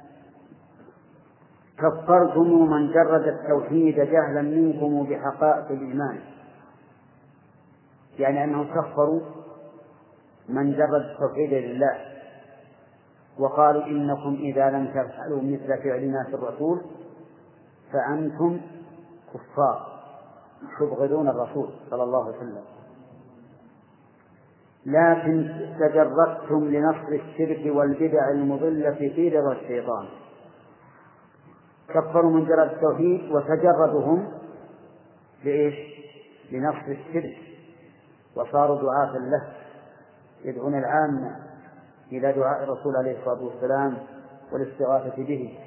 كفرتم من جرد التوحيد جهلا منكم بحقائق الإيمان، يعني أنهم كفروا من جرد التوحيد لله وقالوا إنكم إذا لم تفعلوا مثل فعلنا في الرسول فأنتم كفار تبغضون الرسول صلى الله عليه وسلم. لكن تجردتم لنصر الشرك والبدع المضلة في رضا الشيطان. كفروا من جرد التوحيد وتجردهم لإيش؟ لنصر الشرك، وصاروا دعاة له يدعون العامة إلى دعاء الرسول عليه الصلاة والسلام والاستغاثة به.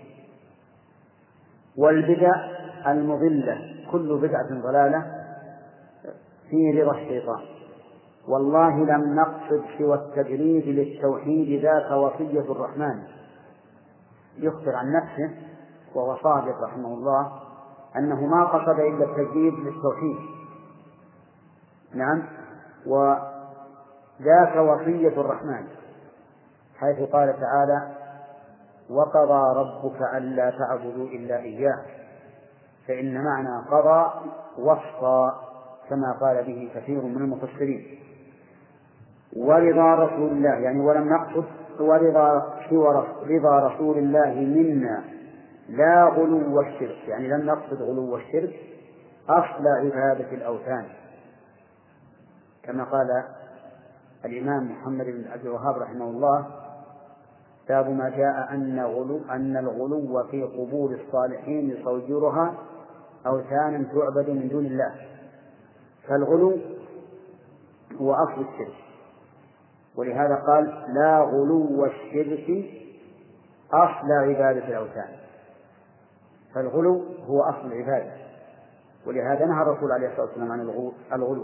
والبدع المضلة كل بدعة ضلالة في رضا الشيطان. والله لم نقصد سوى التجريد للتوحيد ذاك وصية الرحمن. يخبر عن نفسه وهو صادق رحمه الله أنه ما قصد إلا التجريد للتوحيد. نعم، وذاك وصية الرحمن حيث قال تعالى وقضى ربك ألا تعبدوا إلا إياه، فإن معنى قضى وصى كما قال به كثير من المفسرين. ورضا رسول الله يعني ولم نقصد رضا رسول الله منا لا غلو الشرك، يعني لم نقصد غلو الشرك أصل عبادة الأوثان، كما قال الإمام محمد بن عبد الوهاب رحمه الله باب ما جاء أن الغلو في قبور الصالحين يصورها أوثانا تعبد من دون الله. فالغلو هو أصل الشرك، ولهذا قال لا غلو الشرك أصل عبادة الأوثان. فالغلو هو أصل العبادة، ولهذا نهى الرسول عليه الصلاة والسلام عن الغلو.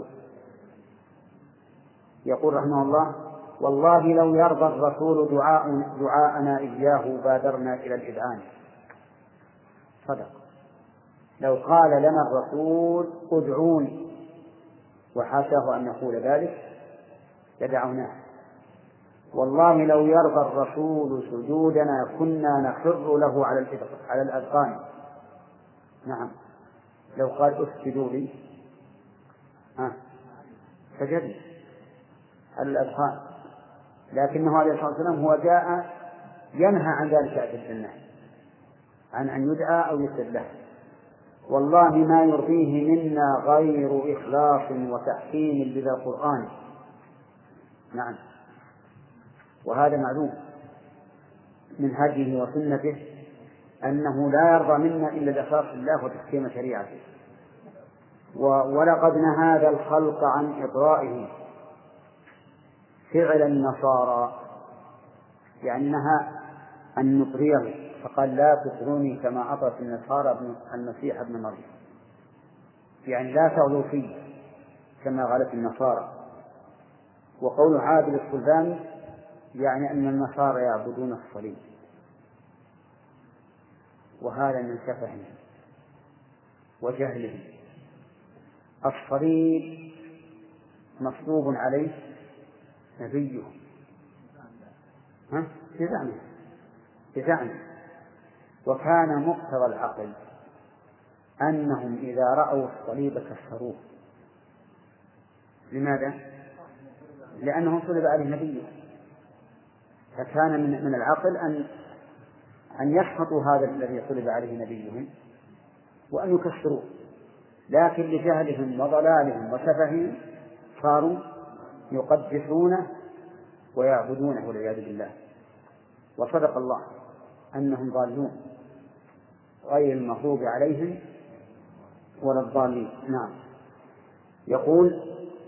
يقول رحمه الله والله لو يرضى الرسول دعاءنا إياه بادرنا إلى الإذعان. صدق، لو قال لنا الرسول ادعوني وحاشاه أن يقول ذلك لدعوناه. والله لو يرضى الرسول سجودنا كنا نخر له على الأذقان. نعم، لو قال اسجدوا لي سجدنا على الأذقان، لكنه عليه الصلاة والسلام هو جاء ينهى عن ذلك في السنة، عن أن يدعى أو يسجد له. والله ما يرضيه منا غير إخلاص وتحكيم بذا القرآن. نعم، وهذا معلوم من هديه وسنته أنه لا يرضى منا إلا الإخلاص لله وتحكيم شريعته. ولقد نهى هذا الخلق عن إطرائه فعل النصارى، يعني نهى أن نطريه، فقال لا تطروني كما أطرت النصارى المسيح ابن مريم، يعني لا تغلوا فيه كما غلت النصارى. وقول عادل السلطاني يعني أن النصارى يعبدون الصليب، وهذا من سفههم وجهلهم. الصليب مصلوب عليه نبيه بزعمه، وكان مقتضى العقل أنهم إذا رأوا الصليب كسروه، لماذا؟ لأنه صلب عليه نبيه، فكان من العقل أن يسقطوا هذا الذي صلب عليه نبيهم وأن يكفروه، لكن لجهلهم وضلالهم وسفههم صاروا يقدسونه ويعبدونه والعياذ بالله. وصدق الله أنهم ضالون غير المغضوب عليهم ولا الضالين. نعم. يقول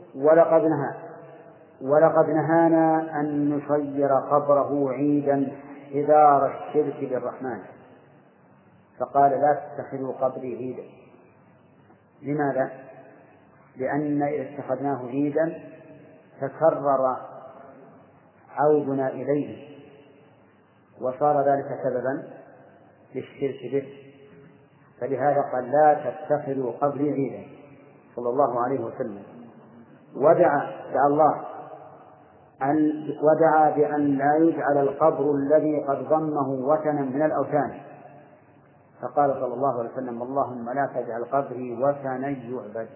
ولقد نهانا أن نصير قبره عيدا حذار الشرك بالرحمن، فقال لا تتخذوا قبري عيدا. لماذا؟ لأن إذا اتخذناه عيدا تكرر عودنا إليه وصار ذلك سببا للشرك به، فلهذا قال لا تتخذوا قبري عيدا صلى الله عليه وسلم. ودعا بأن لا يجعل القبر الذي قد ضمه وثنا من الأوثان، فقال صلى الله عليه وسلم اللهم لا تجعل قبري وثنا يعبد.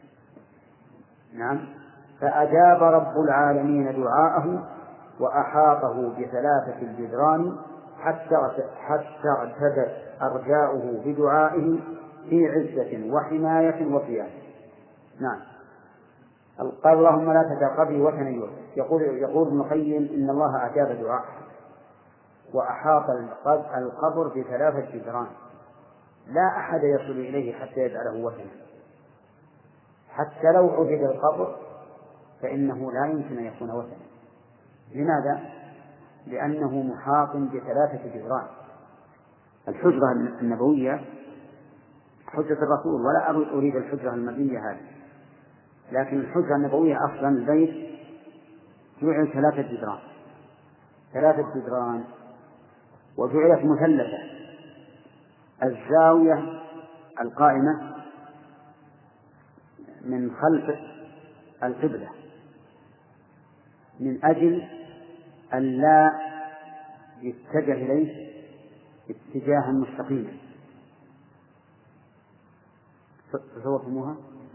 نعم. فأجاب رب العالمين دعاءه وأحاطه بثلاثة الجدران حتى اعتدت أرجاؤه بدعائه في عزة وحماية وقيام. نعم. قال اللهم لا تجعل قبري وثنا يعبد. يقول ابن القيم إن الله أجاب دعاءه وأحاط القبر بثلاثة جدران، لا أحد يصل إليه حتى يجعله وثنا، حتى لو عبد القبر فإنه لا يمكن أن يكون وثنا. لماذا؟ لأنه محاط بثلاثة جدران. الحجرة النبوية حجة الرسول، ولا أريد الحجرة المبنية هذه، لكن الحجرة النبوية أصلا البيت جعل ثلاثة جدران وجعلت مثلثة. الزاوية القائمة من خلف القبلة من أجل أن لا يتجه إليه اتجاها مستقيما. تصورتموها؟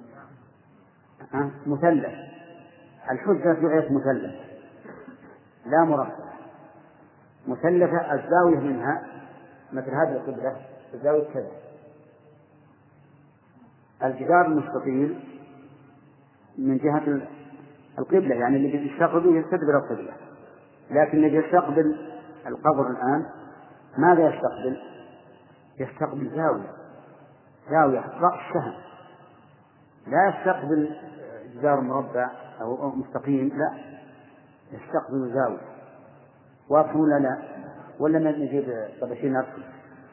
مثلث. الحجة جعلت مثلث لا مربع، مثلثة الزاوية منها مثل هذه القبلة الزاوية كذا. الجدار المستطيل من جهة القبلة، يعني اللي يستقبل يستدبر القبلة، لكن الذي يستقبل القبر الآن ماذا يستقبل؟ يستقبل زاوية رأس سهم، لا يستقبل جدار مربع أو مستقيم، لا يستقبل زاوية. واضح ولا لا؟ ولا نجيب طبشين نفسه؟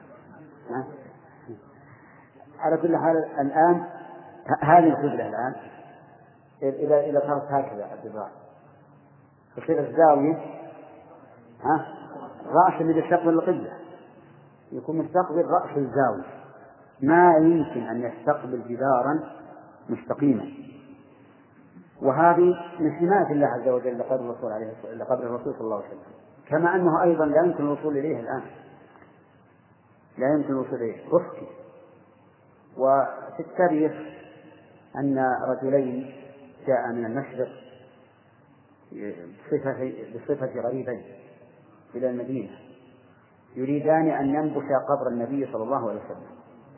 على كل حال الآن هذه القبلة الآن إذا صارت هكذا الجدار تصير الزاوية رأس اللي يستقبل القبلة يكون مستقبل رأس الزاوية، ما يمكن أن يستقبل جدارا مستقيما. وهذه من حماية الله عز وجل لقبر الرسول صلى الله عليه وسلم، كما أنه أيضا لا يمكن الوصول إليه الآن، لا يمكن الوصول إليه رفقي. وفي التاريخ أن رجلين جاء من المشرق بصفة غريبين إلى المدينة يريدان أن ينبشا قبر النبي صلى الله عليه وسلم،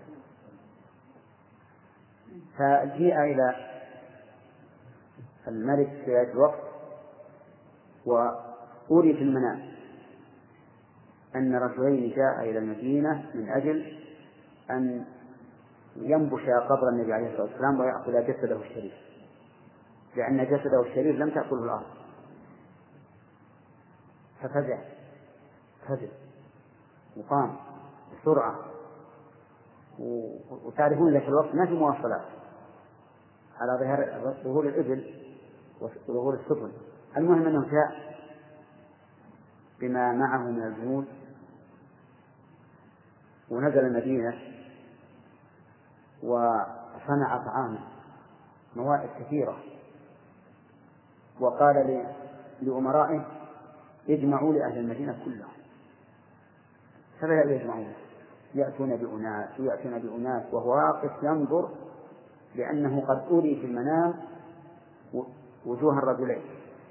فجيء إلى الملك في ذلك الوقت وأري في المنام أن رجلين جاء إلى المدينة من أجل أن ينبشا قبر النبي عليه الصلاة والسلام ويأكل جسده الشريف، لأن جسده الشريف لم تأكله الأرض. ففزع وقام بسرعة، وتعرفون لك الوقت ما في مواصلات على ظهور الإبل وظهور السفن. المهم أنه جاء بما معه من الجنود ونزل المدينة وصنع طعاما موائد كثيرة، وقال لأمرائه اجمعوا لأهل المدينة كلهم، فبدأوا يجمعون يأتون بأناس وهو واقف ينظر، لأنه قد أري في المنام وجوه الرجلين،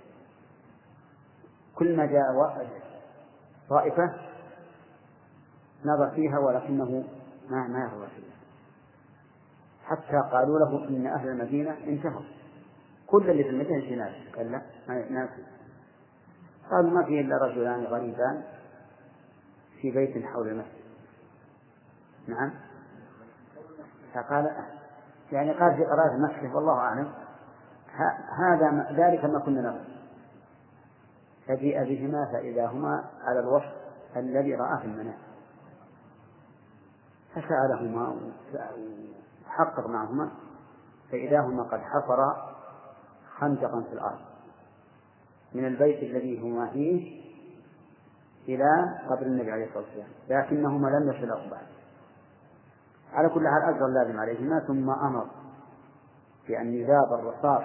كل ما جاء طائفة نظر فيها ولكنه ما يرضى فيها، حتى قالوا له إن أهل المدينة انتهوا، كل اللي في المدينة جناس. قال لا ما في. قالوا ما فيه إلا رجلان غريبان في بيت حول المسجد. نعم. فقال يعني قال في قراءة المسجد والله أعلم هذا ذلك ما كنا نرى. فجيء بهما فإذا هما على الوصف الذي رآه في المنام، فسألهما وحقق معهما فإذا هما قد حفرا خندقا في الأرض من البيت الذي هما فيه إلى قبر النبي عليه الصلاة والسلام، لكنهما لم يصلوا بعد. على كل حال أجر اللازم عليهما، ثم أمر بأن يذاب الرصاص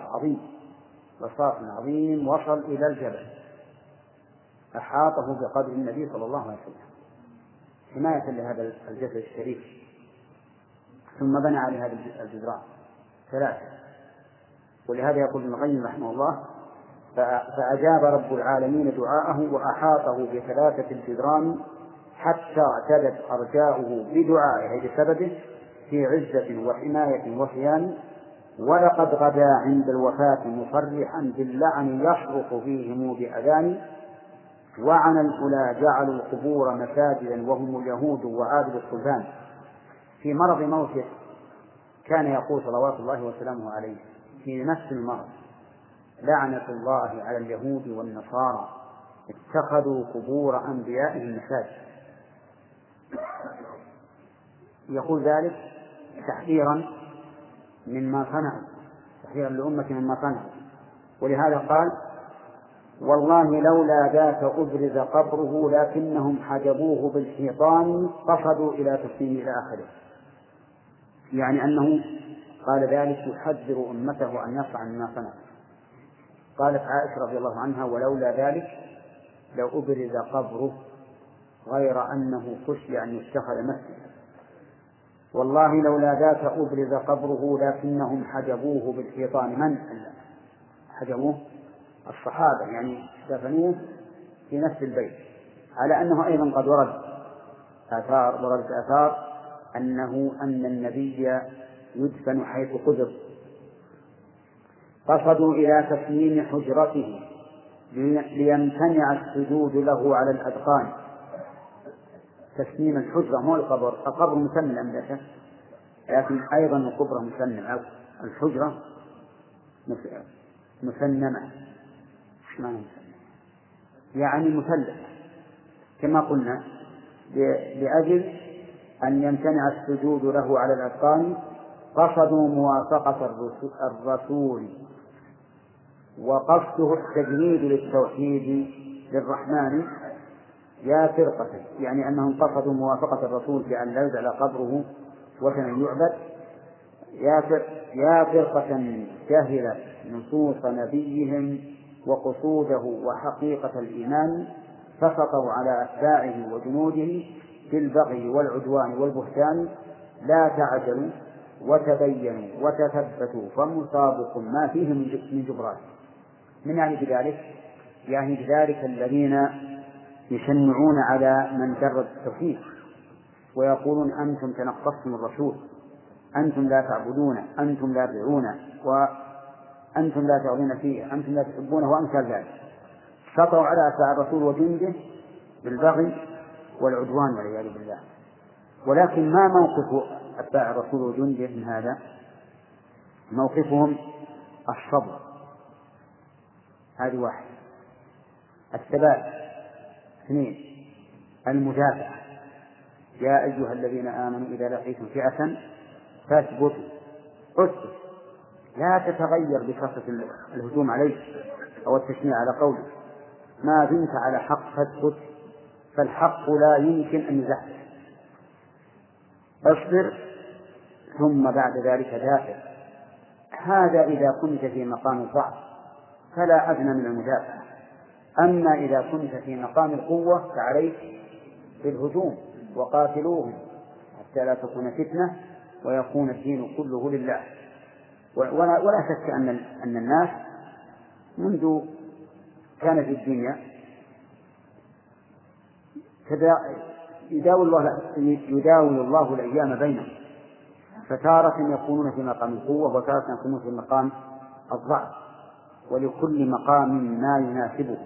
عظيم وصل إلى الجبل أحاطه بقبر النبي صلى الله عليه وسلم حماية لهذا الجسد الشريف. ثم بنى على هذا الجدران 3. ولهذا يقول ابن القيم رحمه الله: فأجاب رب العالمين دعاءه وأحاطه ب3 الجدران حتى اعتدت أرجاؤه بدعائه بسببه في عزة وحماية وصيان. ولقد غدا عند الوفاة مصرحا باللعن يصرخ فيهم بأذان. وعن الأولى جعلوا القبور مساجدا وهم اليهود وعابد الصلبان. في مرض موته كان يقول صلوات الله وسلامه عليه في نفس المرض: لعنة الله على اليهود والنصارى اتخذوا قبور أنبيائهم مساجد. يقول ذلك تحذيرا مما صنعوا، تحذيرا لأمة مما صنعوا. ولهذا قال: والله لولا ذاك أبرز قبره لكنهم حجبوه بالحيطان قصدوا إلى تسليم إلى آخره. يعني أنه قال ذلك يحذر أمته أن يصنع مما صنع. قالت عائشة رضي الله عنها: ولولا ذلك لو أبرز قبره غير أنه خشي أن يتخذ مسجدا. والله لولا ذاك أبرز قبره لكنهم حجبوه بالحيطان. من حجبوه؟ الصحابة، يعني دفنوه في نفس البيت. على أنه أيضا قد وردت آثار أن النبي يدفن حيث قدر. قصدوا إلى تسليم حجرته ليمتنع السجود له على الأذقان. تسليم الحجرة مو القبر مسلم لا شك، لكن أيضا القبر مسلم، الحجرة مسلمة. يعني مثلث كما قلنا، لأجل أن يمتنع السجود له على الأذقان. قصدوا موافقة الرسول وقصده التجنيد للتوحيد للرحمن يا فرقة، يعني أنهم قصدوا موافقة الرسول بأن لا يجعل قبره وثنا يعبد. يا فرقة جهلت نصوص نبيهم وقصوده وحقيقة الإيمان، فسطوا على أتباعه وجنوده في البغي والعدوان والبهتان. لا تعجلوا وتبينوا وتثبتوا فمصابكم ما فيه من جبران. من يعني بذلك؟ يعني بذلك الذين يشنعون على من جرد التوحيد ويقولون: أنتم تنقصتم الرسول، أنتم لا تعبدون، أنتم لا تدعون، وأنتم لا تعظون فيه، أنتم لا تحبونه، وأمثال ذلك. سطوا على أتباع الرسول وجنده بالبغي والعدوان والعياذ بالله. ولكن ما موقف أتباع الرسول وجنده من هذا؟ موقفهم الصبر، هذه 1. الثبات 2. المدافعة. يا أيها الذين آمنوا إذا لقيتم فئة فاثبتوا، اثبت، لا تتغير بكثرة الهجوم عليك أو التشنيع على قولك. ما دمت على حق فاثبت، فالحق لا يمكن أن يزحف. اصبر ثم بعد ذلك دافع. هذا إذا كنت في مقام الضعف فلا أدنى من المدافعة. أما إذا كنت في مقام القوة فعليك بالهجوم وقاتلوهم حتى لا تكون فتنة ويكون الدين كله لله. ولا شك أن الناس منذ كان في الدنيا يداول الله الأيام بينهم، فتارة يكونون في مقام القوة وتارة يكونون في مقام الضعف، ولكل مقام ما يناسبه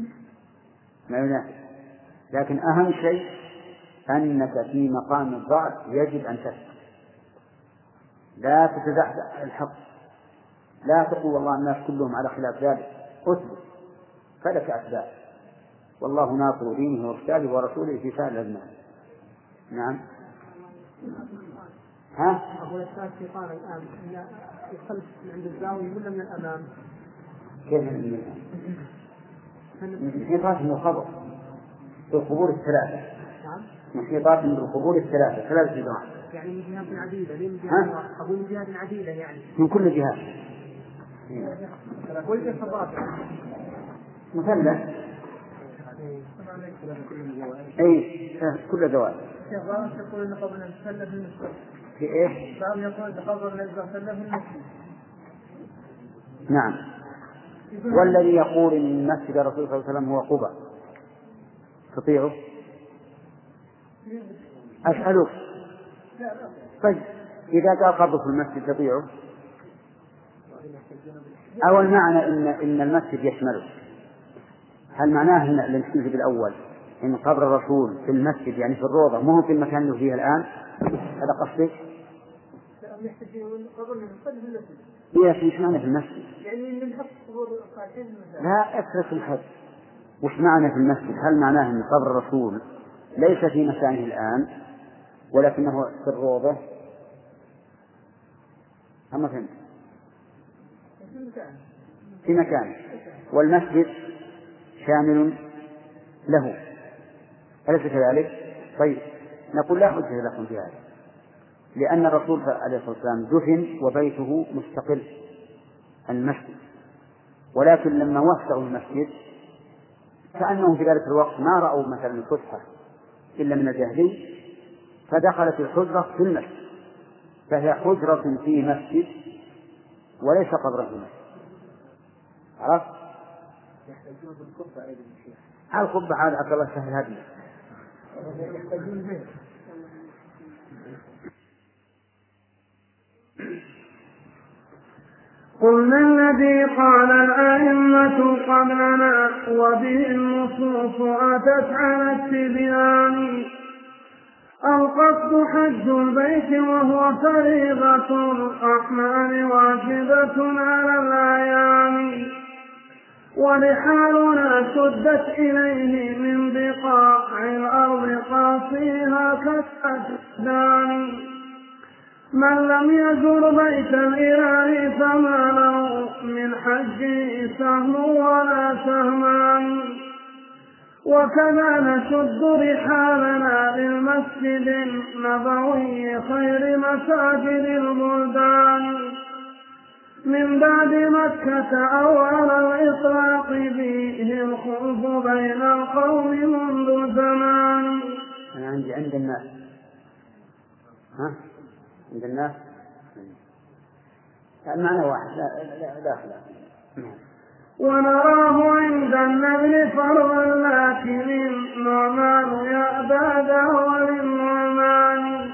لكن أهم شيء أنك في مقام الضعف يجب أن تثبت، لا تتزحزح الحق، لا تقول والله الناس كلهم على خلاف ذلك، اثبت فلك أسباب، والله ناصر دينه وكتابه ورسوله في سائر الأزمان. نعم. ها؟ أقول السؤال في قال الآن في الخلف عند الزاوية ولا من الأمام؟ كيف من الأمام؟ محيطات من الخبر في القبور الثلاثة. نعم. محيطات من القبور الثلاثة، ثلاث جهات. يعني من جهات عديدة، من جهات أقول من جهات عديدة يعني. من كل جهة. كل الخبرات. مثلث. أي كل زواج. بعض يقول إن قبر المثلث في المسجد. في إيه؟ بعض يقول إن قبر المثلث في المسجد. نعم. والذي يقول إن مسجد الرسول صلى الله عليه وسلم هو قبة تطيعه؟ أسألك. طيب إذا قال قبر في المسجد تطيعه؟ أو المعنى إن المسجد يشمله، هل معناه هنا المسجد الأول إن قبر الرسول في المسجد يعني في الروضة مو في المكان اللي فيه الآن؟ هذا قصدك؟ إيه إيش معنى في المسجد؟ يعني نحط قبور الصالحين. لا اترك الحد. وش معنى في المسجد؟ هل معناه إن قبر الرسول ليس في مكانه الآن ولكنه في الروضة؟ أما فهمت؟ في مكانه، والمسجد شامل له، أليس كذلك؟ طيب نقول لا حجة لكم في هذا، لأن الرسول عليه الصلاة والسلام دفن وبيته مستقل المسجد، ولكن لما وسعوا المسجد كأنهم في ذلك الوقت ما رأوا مثلا الفسحة إلا من الجاهلي، فدخلت الحجرة في المسجد، فهي حجرة في مسجد وليس قبرا في مسجد. عرفت؟ يحتاجون بالقبة أيضا الشيخ. على القبة عاد عبد الله سهل هذه. يحتاجون به. قلنا الذي قال الأئمة قبلنا وبه النصوص أتت على التبيان، القصد حج البيت وهو فريضة الرحمن واجبة على الأعيان، ورحالنا شدت إليه من بقاع الأرض قاصيها كالأجدان، من لم يزر بيت الإله فما له من حجه سهم ولا سهمان، وكذا نشد رحالنا للمسجد النبوي خير مساجد البلدان، من بعد مكة أو على الإطلاق فيه الخلف بين القوم منذ زمان. أنا عند الناس. ها؟ عند الناس المعنى واحد لا خلاف. ونراه عند النبل فرضا لكن النعمان يأبى ذهو للنعمان،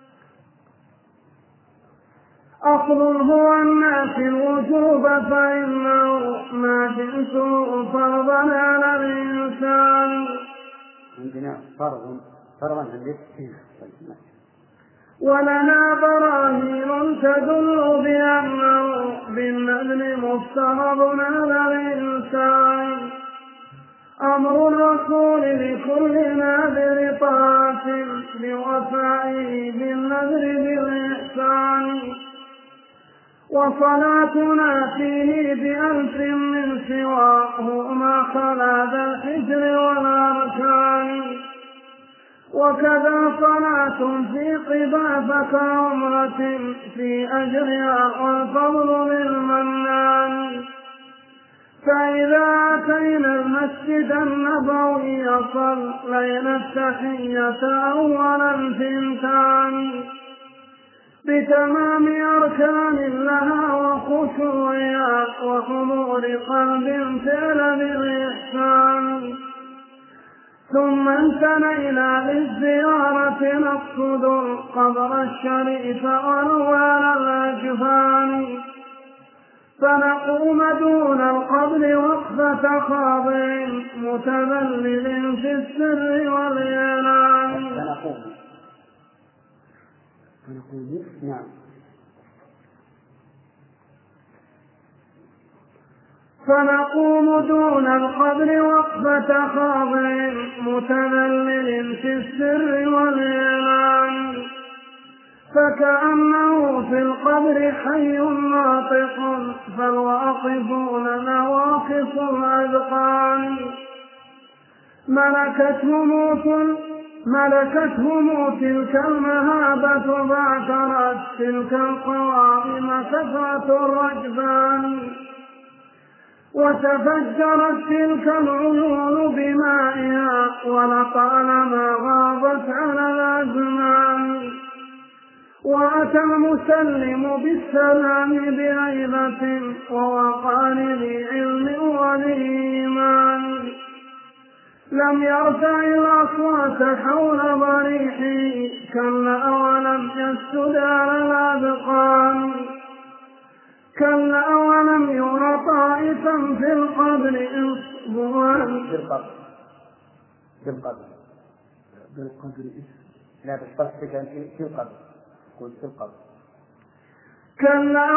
أصل هو الناس الوجوب فإنه ما جنسه فرضا على الإنسان. عندنا فرضا ولنا براهين تدل بأنه بالنذل مفترض على الإنسان، أمر الرسول لكل ناذر طاعة بوفائه بالنذر بالإحسان، وصلاتنا فيه بألف من سواه ما خلا ذا الحجر والأركان، وكذا صلاة في قبا فكعمرة في أجرها والفضل للمنان، فإذا أتينا المسجد النبوي صلينا التحية أولا ثنتان، بتمام أركان لها وخشوعها وحضور قلب فعل بالإحسان. ثم انتهينا للزيارة نقصد القبر الشريف وألوان الأجفان، فنقوم دون القبر وقفة خاضع متذلل في السر والإعلان. فنقوم دون القبر وقفة خاضع متذلل في السر والإعلان، فكأنه في القبر حي ناطق فالواقفون نواقص الأذقان. ملكتهم تلك المهابة بعثرت تلك القوائم كثرة الرجبان، وتفجرت تلك العيون بمائها ولطالما غابت على الأزمان. وأتى المسلم بالسلام بهيبة ووقار لعلم والإيمان، لم يرفع الأصوات حول ضريحه كلا ولم يسجد على الأذقان، كلا ولم ير طائفا في القبر إصبعا لا بالقصد في القبر قل في القبر. كلا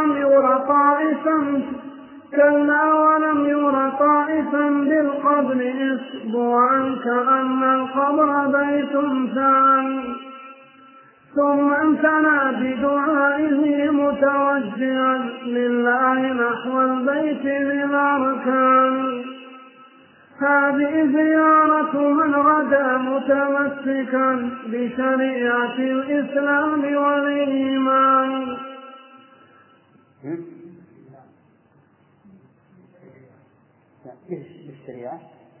ولم ير طائفا بالقبر إصبعا كأن القبر بيت ثاني. ثم انثنى بدعائه متوجها لله نحو البيت بالأركان. هذه زيارة من غدا متمسكا بشريعة الإسلام والإيمان. بالشريعة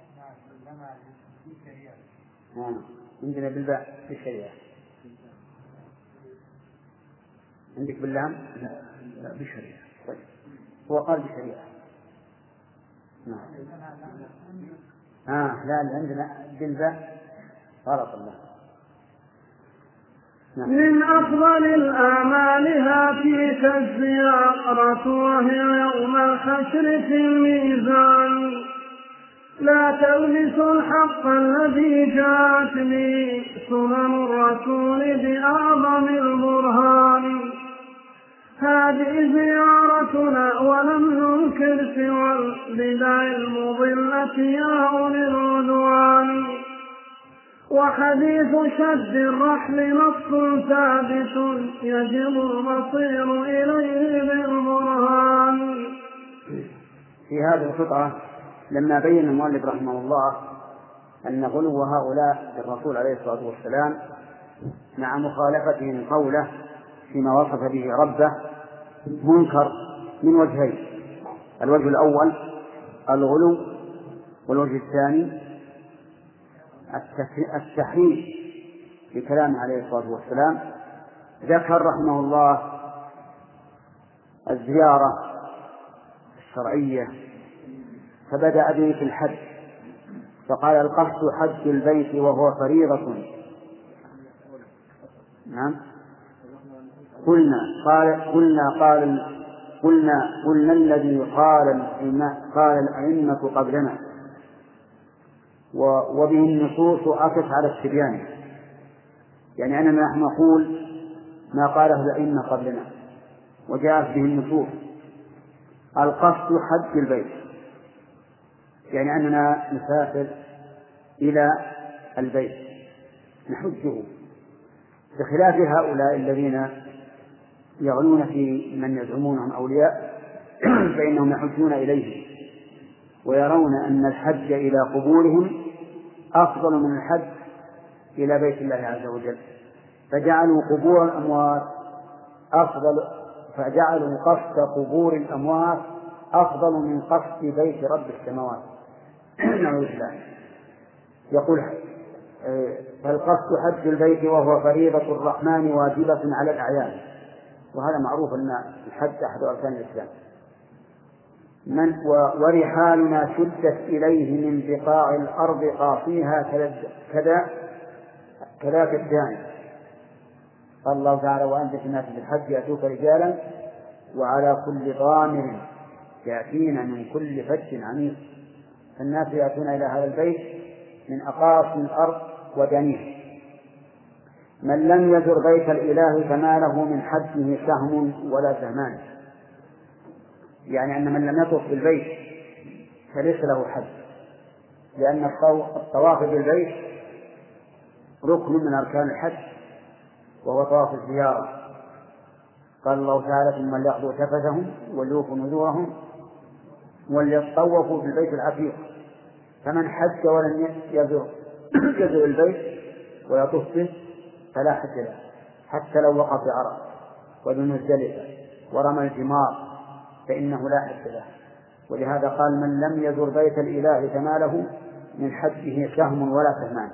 عندنا بالباء بالشريعة. عندك باللام؟ لا بالشريعة. طيب هو قال بالشريعة. لا عندنا بالباء غلط الله. من أفضل الأعمال هاتيك الزيارة وهي يوم الحشر في الميزان. لا تلبسوا الحق الذي جاءت به سنن الرسول بأعظم البرهان. هذه زيارتنا ولم ننكر سوى البدع المضلة يا أولي العدوان. وحديث شد الرحل نص ثابت يجب المصير إليه بالبرهان. في هذه القطعة لما بين المؤلف رحمه الله أن غلو هؤلاء بالرسول عليه الصلاة والسلام مع مخالفتهم قوله فيما وصف به ربه منكر من وجهين: الوجه الأول الغلو، والوجه الثاني التحريف بكلامه عليه الصلاة والسلام. ذكر رحمه الله الزيارة الشرعية فبدأ به في الحج، فقال القصد حج البيت وهو فريضة. نعم قلنا الذي قال الأئمة قبلنا، وبه النصوص أقف على التبيان، يعني أننا نحن نقول ما قاله الأئمة قبلنا وجاءت به النصوص. القصد حج البيت يعني أننا نسافر إلى البيت نحجه، بخلاف هؤلاء الذين يغلون في من يزعمونهم أولياء فإنهم يحجون إليه ويرون أن الحج إلى قبورهم أفضل من الحج إلى بيت الله عز وجل، فجعلوا قبور الأموات فجعلوا قصد قبور الأموات أفضل من قصد بيت رب السماوات. نعوذ بالله. يقول فالقصد حج البيت وهو فريضة الرحمن واجبة على الأعيان، وهذا معروف أن الحج أحد أركان الإسلام. ورحالنا شدت إليه من بقاع الأرض قاصيها كذاك الداعي. قال الله تعالى: وأنذر الناس بالحج يأتوك رجالا وعلى كل ضامر يأتين من كل فج عميق. فالناس يأتون إلى هذا البيت من أقاصي الأرض ودنيه. من لم يزر بيت الإله فما له من حجه سهم ولا سهمان، يعني أن من لم يطف بالبيت فليس له حج، لأن الطواف بالبيت ركن من أركان الحج وهو طواف الزيارة. قال الله تعالى: ثم ليقضوا تفثهم وليوفوا نذورهم وليطوفوا بالبيت العتيق. فمن حج ولم يزر البيت ويطوف به فلا حج له، حتى لو وقف في عرفة وبمزدلفة ورمى الجمار فإنه لا حج له. ولهذا قال: من لم يزر بيت الإله فما له من حجه سهم ولا سهمان.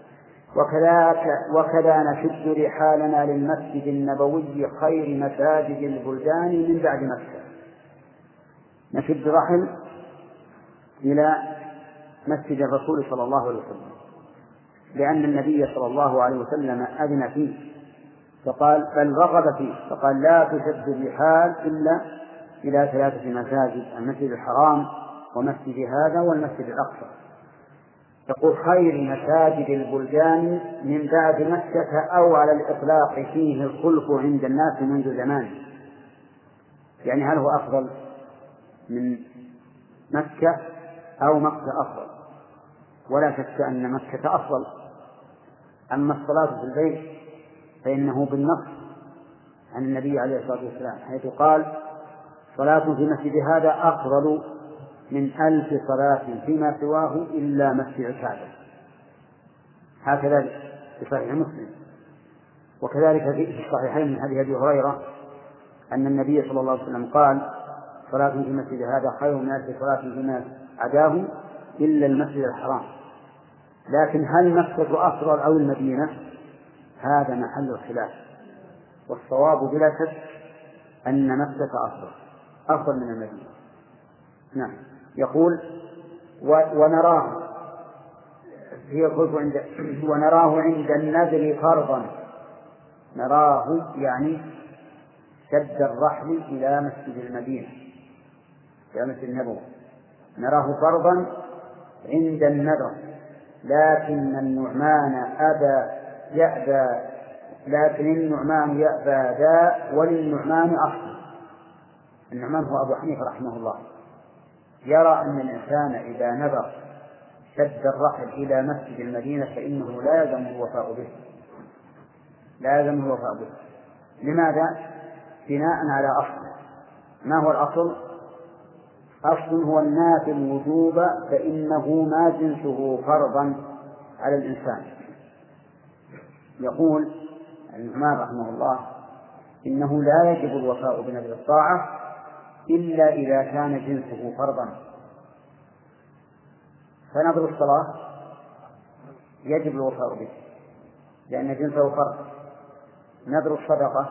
وكذا نشد رحالنا للمسجد النبوي خير مساجد البلدان من بعد مكة. نشد رحل إلى مسجد الرسول صلى الله عليه وسلم، لأن النبي صلى الله عليه وسلم أذن فيه فقال بل رغب فيه، فقال: لا تشد الرحال إلا إلى 3 مساجد: المسجد الحرام ومسجد هذا والمسجد الأقصى. يقول: خير مساجد البلدان من بعد مكة، أو على الإطلاق فيه الخلف عند الناس منذ زمان. يعني هل هو أفضل من مكة أو مكة أفضل؟ ولا شك أن مكة أفضل. أما الصلاة في البيت فإنه بالنص عن النبي عليه الصلاة والسلام، حيث قال: صلاة في مسجد هذا أفضل من 1000 صلاة فيما سواه إلا مسجد الكعبة. هكذا في صحيح مسلم. وكذلك في الصحيحين من حديث أبي هريرة أن النبي صلى الله عليه وسلم قال: صلاة في مسجد هذا خير من 1000 صلاة فيما عداه إلا المسجد الحرام. لكن هل مكة أفضل أو المدينة؟ هذا محل الخلاف، والصواب بلا شك أن مكة أفضل من المدينة. نعم. يقول: ونراه عند النذر فرضا. نراه يعني شد الرحل إلى مسجد المدينة، إلى مسجد النبوي. نراه فرضا عند النذر، لكن النعمان يأبى ذا، وللنعمان أصل. النعمان هو أبو حنيفة رحمه الله، يرى أن الإنسان إذا نذر شد الرحل إلى مسجد المدينة فإنه لا يلزم الوفاء به. لماذا؟ بناء على أصل. ما هو الأصل؟ أصل هو النافي الوجوب، فإنه ما جنسه فرضا على الإنسان. يقول الإمام رحمه الله: إنه لا يجب الوفاء بنذر الطاعة إلا إذا كان جنسه فرضا. فنذر الصلاة يجب الوفاء به لأن جنسه فرض. نذر الصدقة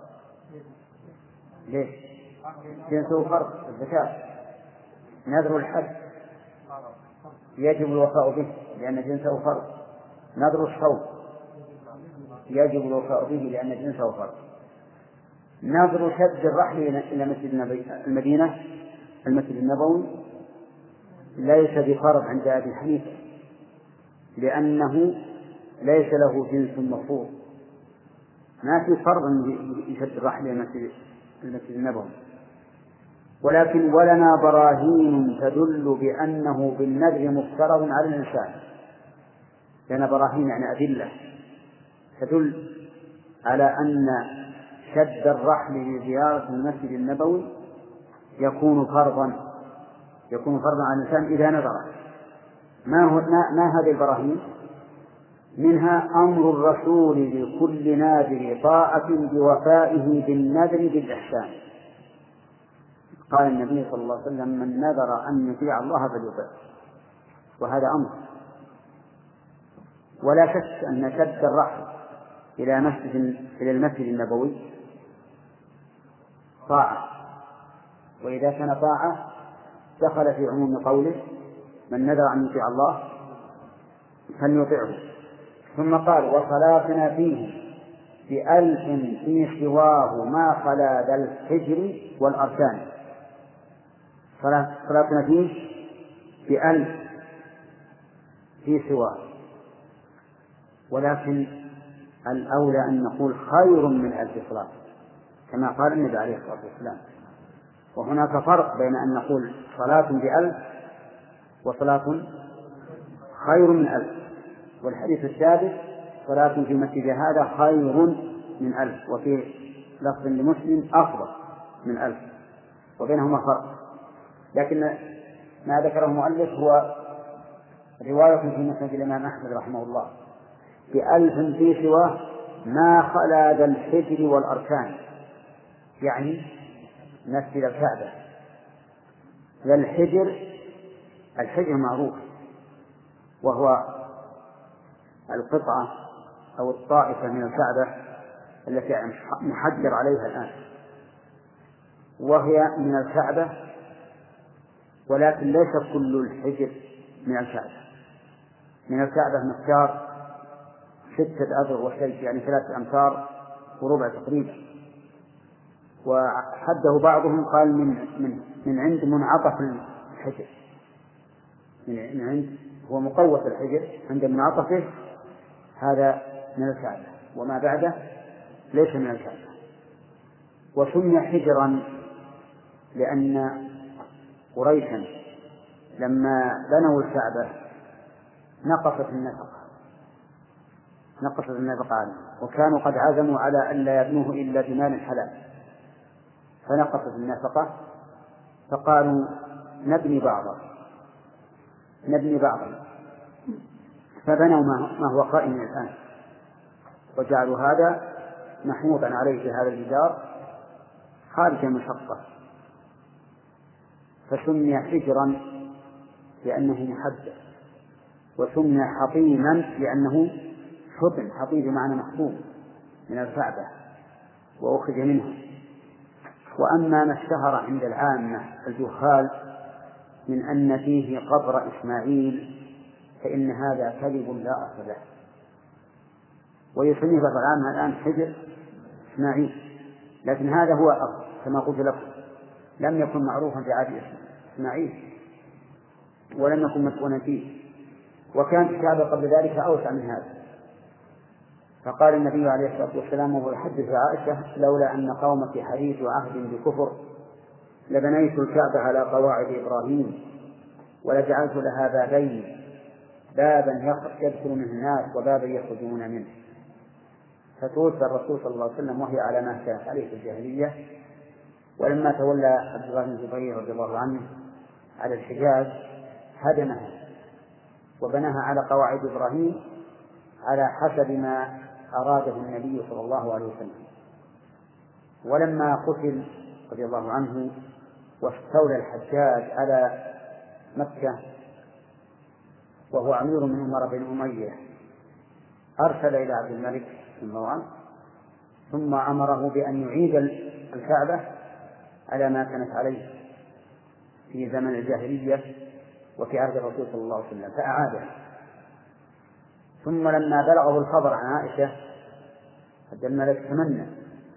ليش؟ جنسه فرض، الزكاة. نذر الحج يجب الوفاء به لأن جنسه فرض. نذر الصوم يجب الوفاء به لأن جنسه فرض. نذر شد الرحل إلى مسجد المدينة، المسجد النبوي، ليس بفرض عند أبي حنيفة، لأنه ليس له جنس مفروض. ما في فرض يشد الرحل إلى المسجد النبوي. ولكن ولنا براهين تدل بأنه بالنذر مفترض على الإنسان. لنا براهين يعني أدلة تدل على أن شد الرحل لزيارة المسجد النبوي يكون فرضا على الإنسان إذا نذره. ما هذه البراهين؟ منها أمر الرسول لكل ناذر طاعة بوفائه بالنذر بالإحسان. قال النبي صلى الله عليه وسلم: من نذر أن يطيع الله فليطع. وهذا أمر. ولا شك أن شد الرحل إلى المسجد النبوي طاعة، وإذا كان طاعة دخل في عموم قوله من نذر أن يطيع الله فليطعه. ثم قال وصلاتنا فيه بألف في سواه ما خلا ذا الحجر والأركان. صلاتنا فيه بألف في سواه، ولكن الأولى أن نقول خير من 1000 صلاة كما قال النبي عليه الصلاة والسلام. وهناك فرق بين أن نقول صلاة ب1000 وصلاة خير من 1000، والحديث الثابت صلاة في مسجد هذا خير من 1000، وفي لفظ لمسلم أفضل من 1000، وبينهما فرق. لكن ما ذكره المؤلف هو رواية في مسند الإمام أحمد رحمه الله ب1000 في سواه ما خلا ذا الحجر والأركان، يعني مسجد الكعبة. ذا الحجر معروف، وهو القطعة أو الطائفة من الكعبة التي محجر عليها الآن، وهي من الكعبة، ولكن ليس كل الحجر من الكعبة. من الكعبة مقدار 6 أذرع وشيء، يعني 3 أمتار وربع تقريبا، وحده بعضهم قال من عند منعطف الحجر، من عند هو مقوس الحجر عند منعطفه، هذا من الكعبة، وما بعده ليس من الكعبة. وسمي حجرا لأن قريشا لما بنوا الكعبة نقصت النفقة عنه، وكانوا قد عزموا على أن لا يبنوه إلا بمال حلال، فنقصت النفقة، فقالوا نبني بعضا، فبنوا ما هو قائم الآن، وجعلوا هذا محمودا عليه في هذا الجدار خارج المشقة، فسمي حجرا لأنه محدد، وسمي حطيما لأنه حطيم بمعنى محطوم من الكعبة وأخذ منه. وأما ما اشتهر عند العامة الجهال من أن فيه قبر إسماعيل فإن هذا كذب لا أصل له، ويسميه بعض العامة الآن حجر إسماعيل، لكن هذا هو أصل كما قلت لكم، لم يكن معروفا في عهد إسماعيل ولم يكن مدفونا فيه، وكانت الكعبة قبل ذلك أوسع من هذا. فقال النبي عليه الصلاة والسلام وهو يحدث عائشة لولا أن قومك حديث عهد بكفر لبنيت الكعبة على قواعد إبراهيم ولجعلت لها بابين، بابا يدخل منه الناس وبابا يخرجون منه. فتوفى الرسول صلى الله عليه وسلم وهي على ما كانت عليه في الجاهلية، ولما تولى عبد الله بن الزبير رضي الله عنه على الحجاز هدمها وبناها على قواعد إبراهيم على حسب ما أراده النبي صلى الله عليه وسلم. ولما قتل رضي الله عنه واستولى الحجاج على مكة وهو أمير من عمر بن أمية أرسل إلى عبد الملك بن مروان ثم أمره بأن يعيد الكعبة على ما كانت عليه في زمن الجاهلية وفي عهد الرسول صلى الله عليه وسلم، فأعادها. ثم لما بلغه الخبر عن عائشة عبد الملك تمنى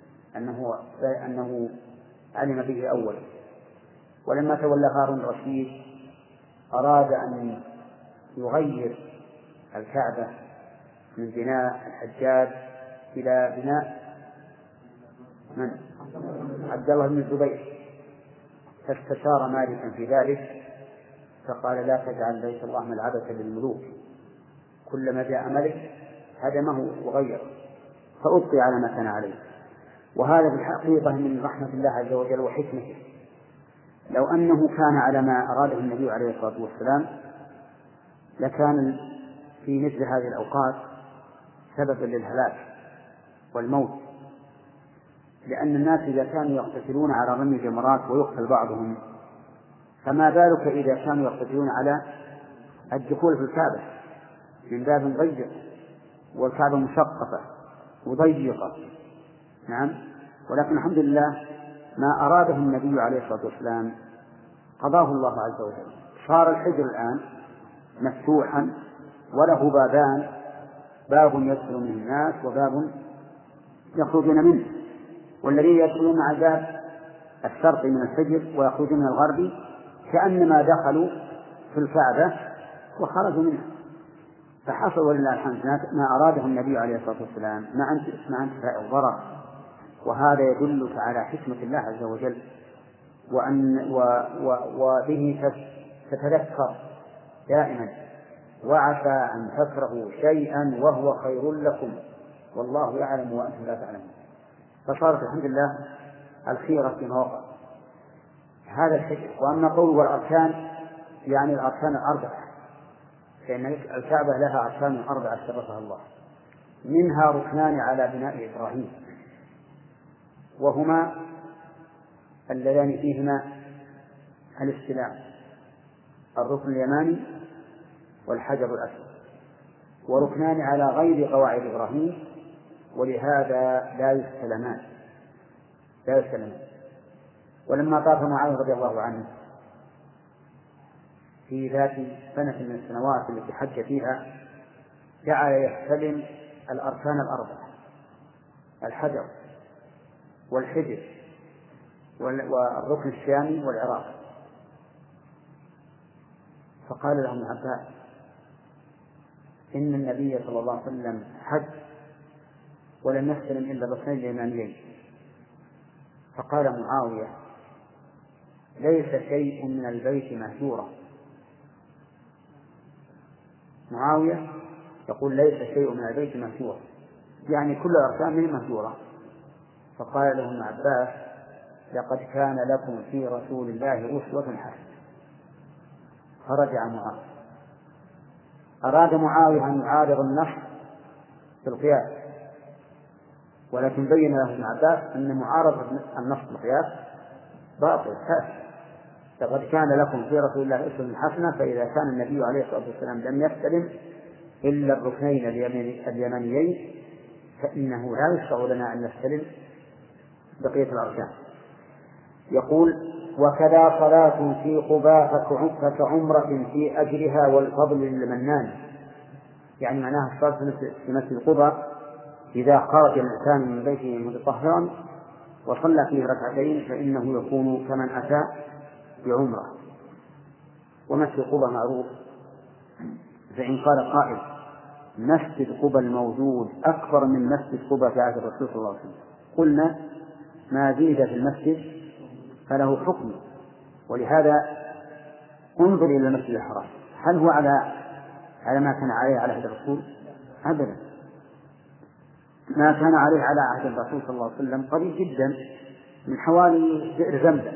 أنه علم به أول، ولما تولى هارون الرشيد أراد أن يغير الكعبة من بناء الحجاج إلى بناء من؟ عبد الله بن الزبير، فاستشار مالكا في ذلك فقال لا تجعل بيت الله ملعبة للملوك، كلما جاء ملك هدمه وغيره، فأبقي على ما كان عليه. وهذا بالحقيقة من رحمة الله عز وجل وحكمته، لو أنه كان على ما أراده النبي عليه الصلاة والسلام لكان في مثل هذه الأوقات سببا للهلاك والموت، لأن الناس إذا كانوا يقتتلون على رمي الجمرات ويقتل بعضهم، فما بالك إذا كانوا يقتتلون على الدخول في الكعبة من باب ضيق، والكعبة مشققة وضيقة. نعم. ولكن الحمد لله ما أراده النبي عليه الصلاة والسلام قضاه الله عز وجل. صار الحجر الآن مفتوحا وله بابان، باب يدخل منه الناس وباب يخرجون منه، والذين يدخلون مع الباب الشرقي من الحجر ويخرجون من الغربي كأنما دخلوا في الكعبة وخرجوا منها. فحصل ولله الحمد ما أراده النبي عليه الصلاة والسلام مع انتفاء الضرر، وهذا يدلك على حكمة الله عز وجل، وبه تتذكر دائما، وعسى أن تكرهوا شيئا وهو خير لكم والله يعلم وأنتم لا تعلمون. فصارت الحمد لله الخيرة في مواقع هذا الحكم. وأما قول والأركان يعني الأركان الأربعة، فإن الكعبة لها أركان أربعة شرفها الله، منها ركنان على بناء إبراهيم، وهما اللذان فيهما الاستلام، الركن اليماني والحجر الأسود، وركنان على غير قواعد إبراهيم، ولهذا لا يستلمان. ولما طاف معاوية رضي الله عنه في ذات سنة من السنوات التي حج فيها جعل يستلم الأركان الأربعة، الحجر والحجر والركن الشامي والعراق. فقال له ابن عباس إن النبي صلى الله عليه وسلم حج ولم يستلم إلا الركنين اليمانيين. فقال معاوية ليس شيء من البيت مهجورا. معاوية يقول ليس شيء من البيت مهجورا، يعني كل الأركان منه مهجورة. فقال له ابن عباس لقد كان لكم في رسول الله أسوة حسنة. فرجع معاوية. أراد معاوية أن يعارض النص بالقياس، ولكن بين له ابن عباس أن معارضة النص بالقياس باطل فاسد. لقد كان لكم في رسول الله أسوة حسنة، فإذا كان النبي عليه الصلاة والسلام لم يستلم إلا الركنين اليمانيين فإنه لا يشرع لنا أن نستلم بقية الأركان. يقول وكذا صلاة في قباء فكعمرة في أجرها والفضل للمنان. يعني معناها الصلاة في مسجد قباء إذا خرج الإنسان من بيته متطهرا وصلى فيه ركعتين فإنه يكون كمن أتى بعمرة. ومسجد قباء معروف، فإن قال قائل مسجد قباء الموجود أكبر من مسجد قباء في عهد الرسول صلى الله عليه وسلم، قلنا ما زيد في المسجد فله حكم. ولهذا انظر إلى المسجد الحرام، هل هو على ما كان عليه على عهد الرسول؟ أبدا. ما كان عليه على عهد الرسول صلى الله عليه وسلم قريب جدا من حوالي بئر زمزم.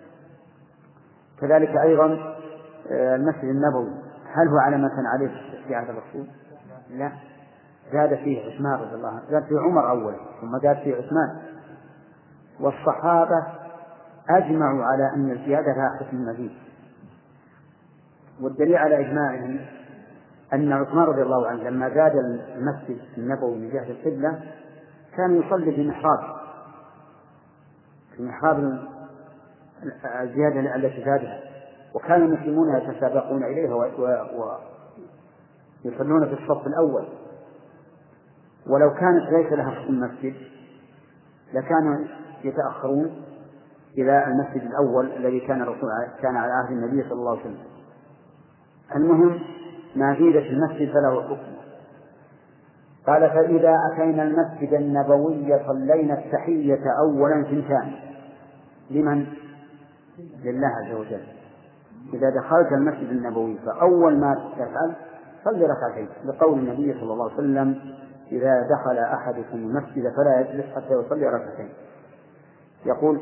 كذلك أيضا المسجد النبوي هل هو على ما كان عليه في عهد الرسول؟ لا، زاد فيه عثمان رضي الله عنه، زاد فيه عمر أولا ثم زاد فيه عثمان، والصحابة أجمعوا على أن الزيادة لها حكم مزيد. والدليل على إجماعهم أن عثمان رضي الله عنه لما زاد المسجد النبوي من جهة القبلة كان يصلي في محراب الزيادة التي زادها، وكان المسلمون يتسابقون إليها ويصلون في الصف الأول. ولو كانت ليس لها حكم مسجد لكانوا يتأخرون إلى المسجد الأول الذي كان على عهد النبي صلى الله عليه وسلم. المهم ما زيد في المسجد فله حكم. قال فإذا أتينا المسجد النبوي صلينا التحية أولا ثنتان. لمن؟ لله عز وجل. إذا دخلت المسجد النبوي فأول ما تفعل صلي ركعتين، لقول النبي صلى الله عليه وسلم إذا دخل أحدكم المسجد فلا يجلس حتى يصلي ركعتين. يقول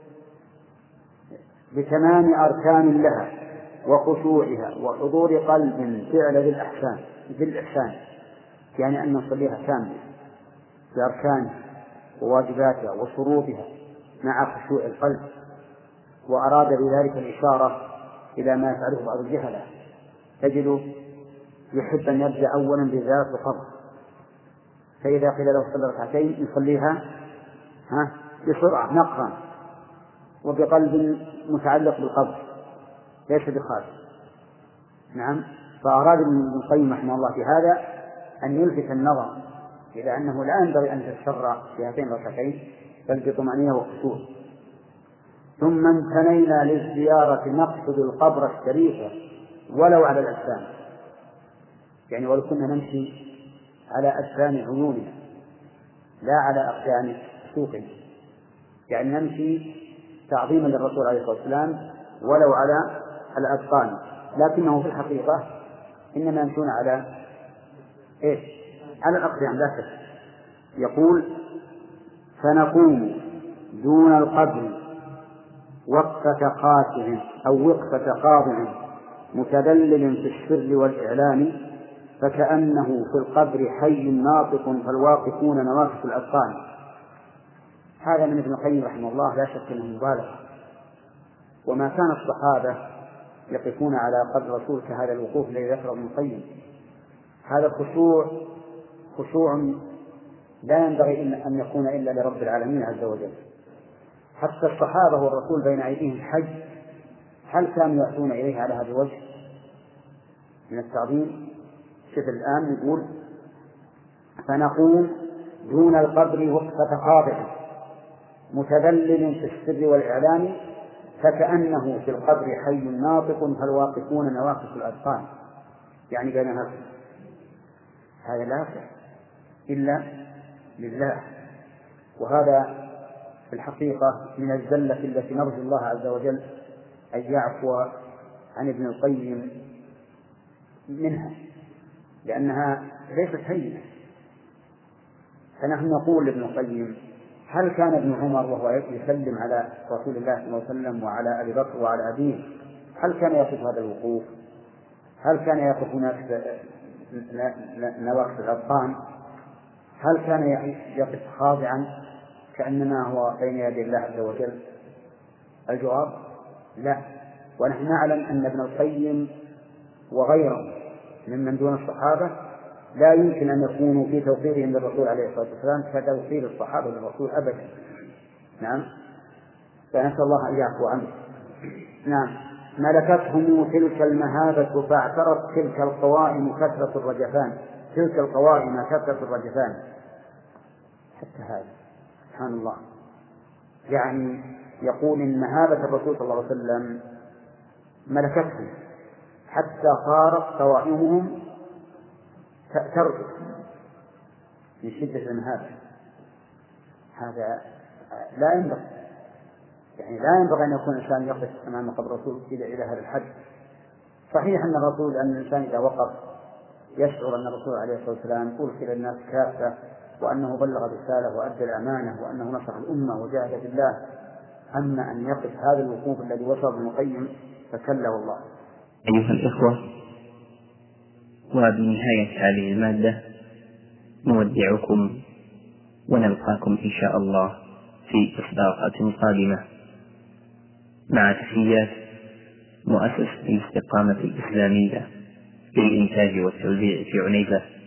بتمام أركان لها وخشوعها وحضور قلب فعل بالإحسان، يعني أن نصليها كاملة بأركانها وواجباتها وشروطها مع خشوع القلب. وأراد بذلك الإشارة إلى ما يفعله بعض الجهلة، تجد يحب أن يبدأ أولا بزيارة القبر، فإذا قيل له صلى ركعتين يصليها بسرعة نقرا وبقلب متعلق بالقبر ليس بخارج. نعم. فأراد ابن القيم رحمه الله في هذا أن يلفت النظر إلى أنه لا ينبغي أن تتسرع في هاتين الركعتين بل بطمأنينة وخشوع. ثم انتنينا للزيارة نقصد القبر الشريف ولو على الأجسام، يعني ولو كنا نمشي على أجسام عيوننا لا على أقدام سوقنا، يعني نمشي تعظيما للرسول عليه الصلاة والسلام ولو على الأذقان، لكنه في الحقيقة إنما يمشون على إيش؟ على الأقدام لا شك. يقول فنقوم دون القبر وقفة قاطع أو وقفة قاطع متدلل في السر والإعلان فكأنه في القبر حي ناطق فالواقفون نواقف الأذقان. هذا من ابن القيم رحمه الله لا شك أنه مبالغة، وما كان الصحابة يقفون على قبر الرسول كهذا الوقوف الذي ذكره ابن القيم. هذا خشوع لا ينبغي أن يكون إلا لرب العالمين عز وجل. حتى الصحابة والرسول بين أيديهم حج، هل كانوا يأتون إليه على هذا الوجه من التعظيم؟ شوف الآن يقول فنقوم دون القبر وقفة خاضع متذلل في السر والإعلان فكأنه في القبر حي ناطق فالواقفون نواقف الأذقان، يعني بين هذا لا يصح إلا لله. وهذا في الحقيقة من الزلة التي نرجو الله عز وجل أن يعفو عن ابن القيم منها، لأنها ليست هينة. فنحن نقول لابن القيم هل كان ابن عمر وهو يسلم على رسول الله صلى الله عليه وسلم وعلى أبي بكر وعلى أبيه هل كان يقف هذا الوقوف؟ هل كان يقف نواقف الأذقان؟ هل كان يقف خاضعا كأنما هو بين يدي الله عز وجل؟ الجواب لا. ونحن نعلم أن ابن القيم وغيره ممن دون الصحابة لا يمكن أن يكونوا في توقيرهم للرسول عليه الصلاة والسلام كتوقير الصحابة للرسول أبدا. نعم. فنسأل الله أن يعفو عنه. نعم. ملكتهم تلك المهابة فاعترت تلك القوائم كثرة الرجفان، تلك القوائم كثرة الرجفان. حتى هذا سبحان الله، يعني يقول إن مهابة الرسول صلى الله عليه وسلم ملكتهم حتى صارت قوائمهم ترجف من شدة المهابة. هذا لا ينبغي، يعني لا ينبغي أن يكون الإنسان يقف أمام قبر الرسول إلى هذا الحد. صحيح أن الرسول أن الإنسان إذا وقف يشعر أن الرسول عليه الصلاة والسلام أرسل الناس كافة وأنه بلغ الرسالة وأدى الأمانة وأنه نصح الأمة وجاهد بالله. أما أن يقف هذا الوقوف الذي وصل ابن القيم فكلا والله. أيها الإخوة، وبنهاية هذه المادة نودعكم ونلقاكم إن شاء الله في إصدارات قادمة، مع تحيات مؤسسة الاستقامة الإسلامية للإنتاج والتوزيع في عنيزة.